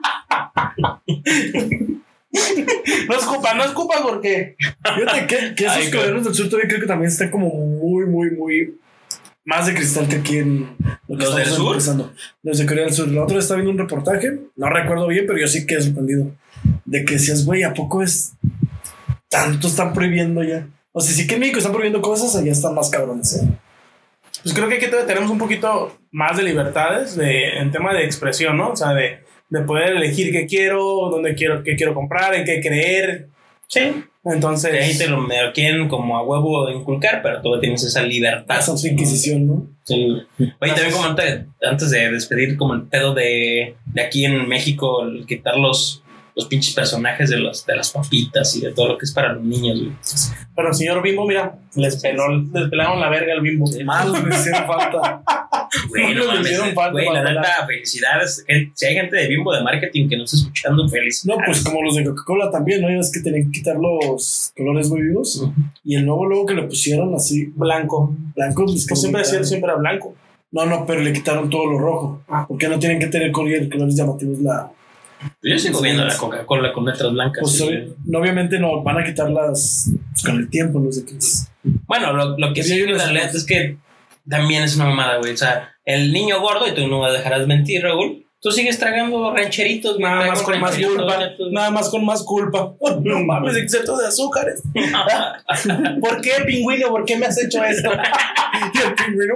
No escupan porque. Fíjate que esos coreanos del sur todavía creo que también están como muy más de cristal que aquí en los del sur. Los de Corea del Sur. La otra vez estaba viendo un reportaje, no recuerdo bien, pero yo sí quedé sorprendido de que decías, güey, ¿a poco es tanto están prohibiendo ya? O sea, sí que en México están prohibiendo cosas, allá están más cabrones, ¿eh? Pues creo que aquí todavía tenemos un poquito más de libertades en tema de expresión, ¿no? O sea, de poder elegir qué quiero, dónde quiero, qué quiero comprar, en qué creer. Sí. Entonces... Que ahí me lo quieren como a huevo inculcar, pero tú tienes esa libertad. Esa inquisición, ¿no? Sí. Oye, también como antes de despedir, como el pedo de aquí en México, el quitar los pinches personajes de las papitas y de todo lo que es para los niños, güey. Pero el señor Bimbo, mira, les pelaron la verga al Bimbo. Mal me hicieron falta. Güey, no mames, güey, la neta, felicidades. Si hay gente de Bimbo de marketing que nos está escuchando, felicidades. No, pues como los de Coca-Cola también, ¿no? Ya ves que tenían que quitar los colores muy vivos. Y el nuevo logo que le pusieron así, Blanco. pues Siempre era blanco. No, pero le quitaron todo lo rojo. Porque no tienen que tener colores llamativos. Yo sigo viendo la Coca-Cola con letras blancas. Pues sí. obviamente no, van a quitarlas pues, con el tiempo, no sé qué es. Bueno, lo que sí en realidad es que también es una mamada, güey. O sea, el niño gordo, y tú no me dejarás mentir, Raúl, tú sigues tragando rancheritos. Nada más con más culpa. Nada más con más culpa. No mames, exceso de azúcares. ¿Por qué, pingüino? ¿Por qué me has hecho esto? Y el pingüino,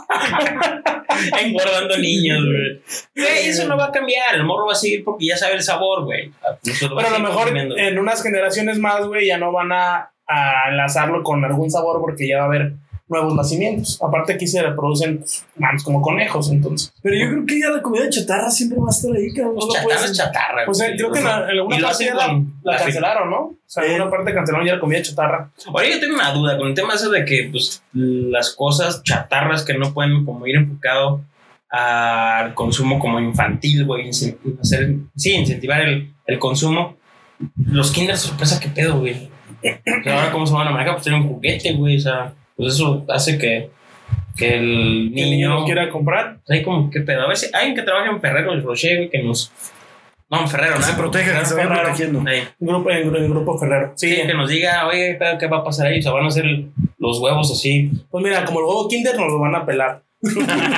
engordando niños, güey. Güey, eso no va a cambiar. El morro va a seguir porque ya sabe el sabor, güey. Pero a lo mejor en unas generaciones más, güey, ya no van a enlazarlo con algún sabor porque ya va a haber nuevos nacimientos. Aparte aquí se reproducen pues, como conejos, entonces. Pero yo creo que ya la comida chatarra siempre va a estar ahí, cabrón. Pues chatarra es chatarra. Pues creo que en alguna parte ya la cancelaron, ¿no? O sea, en alguna parte cancelaron ya la comida chatarra. Ahora yo tengo una duda con el tema ese de que pues las cosas chatarras que no pueden como ir enfocado al consumo como infantil, güey, incentivar el consumo. Los Kinder sorpresa, ¿qué pedo, güey? Ahora cómo se van a manejar, pues tienen un juguete, güey, o sea, pues eso hace que el niño no quiera comprar. Hay como que pedo. A ver si alguien que trabaja en Ferrero el Rocher, güey, que nos... No, en Ferrero, ¿no? Se proteja, que se vaya protegiendo. En el grupo Ferrero. Sí, que nos diga, oye, ¿qué va a pasar ahí? O sea, van a hacer los huevos así. Pues mira, como el huevo Kinder nos lo van a pelar. Su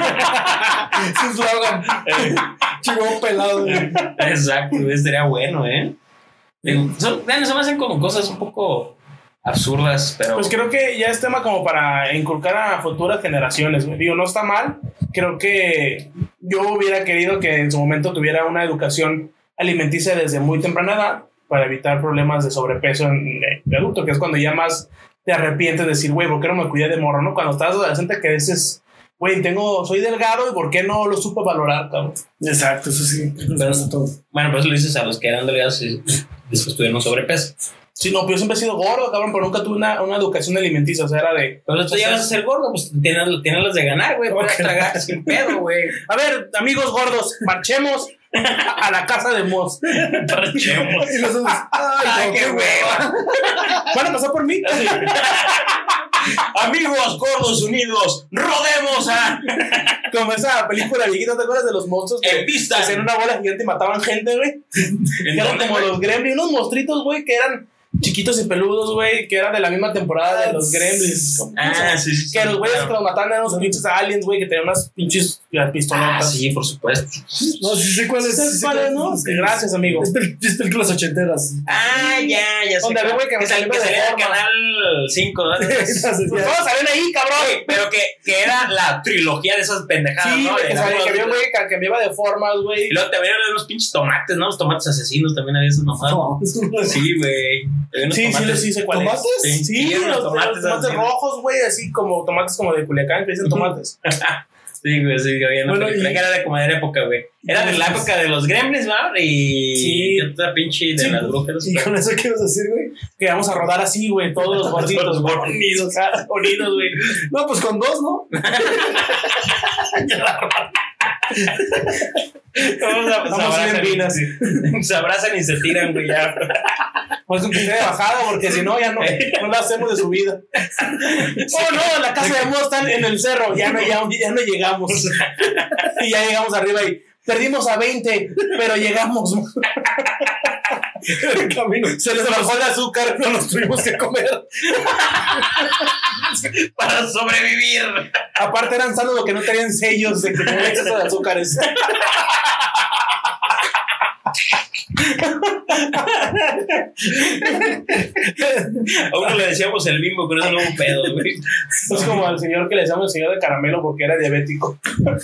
eslogan. Chivo pelado, güey. Exacto, sería bueno, ¿eh? Se me hacen como cosas un poco absurdas, pero... Pues creo que ya es tema como para inculcar a futuras generaciones, güey. Digo, no está mal. Creo que yo hubiera querido que en su momento tuviera una educación alimenticia desde muy temprana edad para evitar problemas de sobrepeso de adulto, que es cuando ya más te arrepientes de decir, güey, ¿por qué no me cuidé de morro, no? Cuando estás adolescente que dices, güey, soy delgado y ¿por qué no lo supe valorar, cabrón? Exacto, eso sí. Bueno, pues lo dices a los que eran delgados y después tuvieron sobrepeso. Sí, no, pero yo siempre he sido gordo, cabrón, pero nunca tuve una educación alimenticia, o sea, era de... Pero tú ya vas a ser gordo, pues tienes las de ganar, güey, puedes tragar sin pedo, güey. A ver, amigos gordos, marchemos a la casa de Moss. Marchemos. Y nosotros, ¡ay, qué hueva! ¿Van a pasar por mí? Así. Amigos gordos unidos, rodemos a... Como esa película viejita, ¿te acuerdas de los monstruos que hacían una bola gigante y mataban gente, güey? Que eran como los Gremlins, unos monstruitos, güey, que eran chiquitos y peludos, güey, que eran de la misma temporada de los Gremlins. Sí. Que los güeyes que los mataban eran unos pinches aliens, güey, que tenían unas pinches pistolotas. Sí, por supuesto. No, sí sé cuál es. ¿Sabes cuál es, no? Gracias, amigo. Es películas ochenteras. Ya sé. Donde había güey que salía en Canal 5, ¿no? Pues todos salen ahí, cabrón. Pero que era la trilogía de esas pendejadas, sí, ¿no? Que había un güey que cambiaba de formas, güey. Y luego también había unos pinches tomates, ¿no? Los tomates asesinos también había esos mamadas. No, sí, güey. Sí, sé cuál ¿Tomates? es. Sí, los tomates rojos, güey, así como tomates como de Culiacán, que dicen tomates. Sí, güey, sí, había una película que era de como de la época, güey. Era de la época de los Gremlins, ¿no? Y otra pinche de las brujas. ¿Y con eso qué vas a decir, güey? Que vamos a rodar así, güey, todos los gorditos, unidos, güey. No, pues con dos, ¿no? Se abrazan y se tiran, güey, ya. Pues que esté de bajada, porque si no, ya no la hacemos de subida. Oh, no, la casa de Moss está en el cerro, ya no llegamos. Y ya llegamos arriba y perdimos a 20, pero llegamos. En el camino se les bajó el azúcar, no nos tuvimos que comer. Para sobrevivir. Aparte eran sanos que no tenían sellos de que tenían exceso de azúcares. A uno le decíamos el Bimbo, pero eso no es un pedo, güey. Es como al señor que le decíamos el señor de caramelo porque era diabético.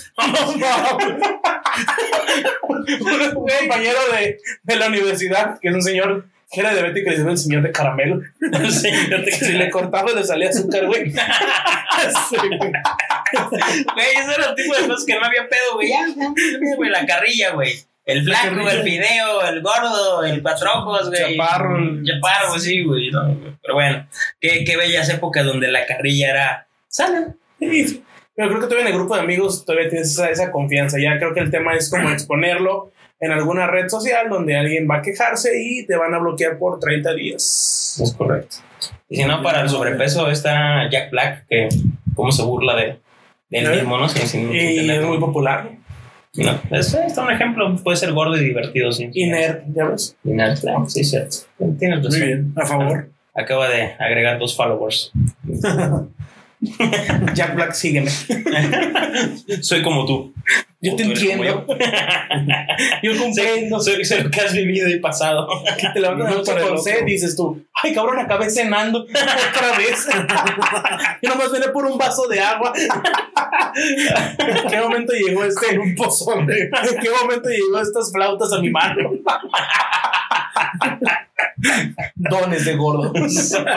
Un compañero de la universidad, que es un señor que era diabético, le decíamos el señor de caramelo. Sí, Si le cortaba le salía azúcar, güey. Sí. güey, eso era el tipo de cosas que no había pedo, güey. Ya, güey, la carrilla, güey. El flaco, el fideo, el gordo, el patrocos, güey. Chaparro. Chaparro, sí, güey. No, pero bueno, qué bellas épocas donde la carrilla era sana. Sí. Pero creo que todavía en el grupo de amigos todavía tienes esa confianza. Ya creo que el tema es como exponerlo en alguna red social donde alguien va a quejarse y te van a bloquear por 30 días. Es correcto. Y si no, para el sobrepeso está Jack Black, que cómo se burla de él mismo, ¿no? Sin Y es muy popular. No, está un ejemplo. Puede ser gordo y divertido, sí. Inert, ¿ya ves? Inert, claro, sí, cierto. Tienes razón. Muy bien, a favor. Acaba de agregar 2 followers. Jack Black, sígueme. Soy como tú. Yo te Tú eres entiendo. como Yo comprendo. Soy lo que has vivido y pasado. Que te levantas de noche con sed, dices tú, ay cabrón, acabé cenando otra vez. Yo nomás vine por un vaso de agua. ¿En qué momento llegó un pozón? ¿En qué momento llegó estas flautas a mi mano? Dones de gordo. Ok,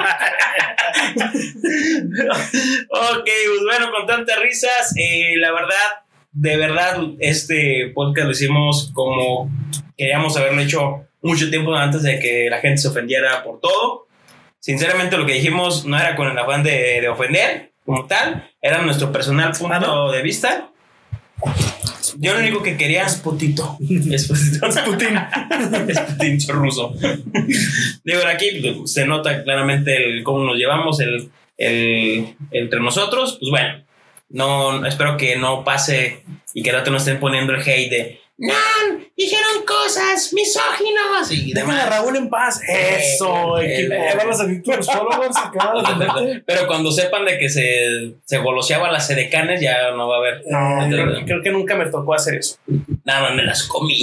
pues bueno, con tantas risas, la verdad, de verdad, este podcast lo hicimos como queríamos haberlo hecho mucho tiempo antes de que la gente se ofendiera por todo. Sinceramente, lo que dijimos no era con el afán de ofender como tal, era nuestro personal punto de vista. Yo lo único que quería Es putito. es Putin ruso. Digo, aquí se nota claramente cómo nos llevamos entre nosotros. Pues bueno, no espero que no pase y que no te nos estén poniendo el hate de no, dijeron cosas misóginos y Déjame a demás. Raúl en paz. Eso, equipo. Van a salir tus followers acá de repente. Pero cuando sepan de que se goloseaba las edecanes, ya no va a haber. No, creo que nunca me tocó hacer eso. Nada más me las comí.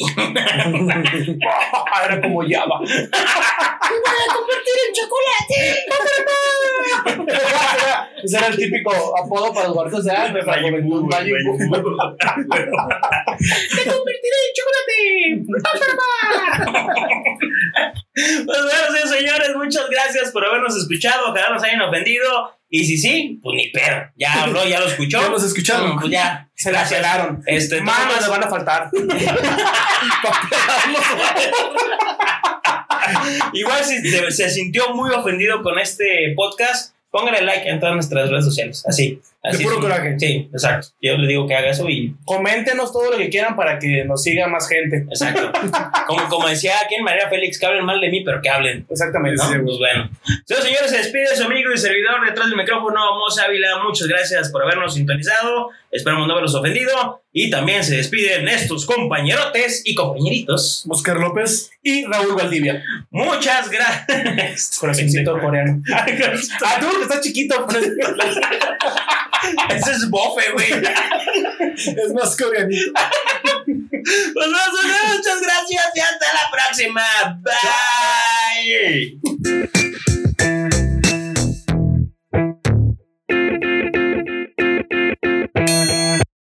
Era como Java. ¡Me voy a convertir en chocolate! Ese era el típico apodo para los barcos de nuestra juventud. Mayimbu. ¡Te convertiré en chocolate! Pues bueno, sí, señores, muchas gracias por habernos escuchado. Ojalá nos hayan ofendido. Y si sí, pues ni pedo. Ya habló, ya lo escuchó. Ya los escucharon. Pues ya. Se la pelaron. Manos le van a faltar. Igual si se sintió muy ofendido con este podcast, póngale like en todas nuestras redes sociales. Así De puro coraje. Sí, exacto. Yo le digo que haga eso y... Coméntenos todo lo que quieran para que nos siga más gente. Exacto. Como decía aquí en María Félix, que hablen mal de mí, pero que hablen. Exactamente. ¿No? Pues bueno. Señores, se despide su amigo y servidor detrás del micrófono, Mos Ávila. Muchas gracias por habernos sintonizado. Esperamos no haberlos ofendido. Y también se despiden estos compañerotes y compañeritos. Oscar López. Y Raúl Valdivia. Muchas gracias. Corazoncito coreano. Tú que estás chiquito. Ese es bofe, güey. Es más coreanito. Pues muchas gracias y hasta la próxima. Bye.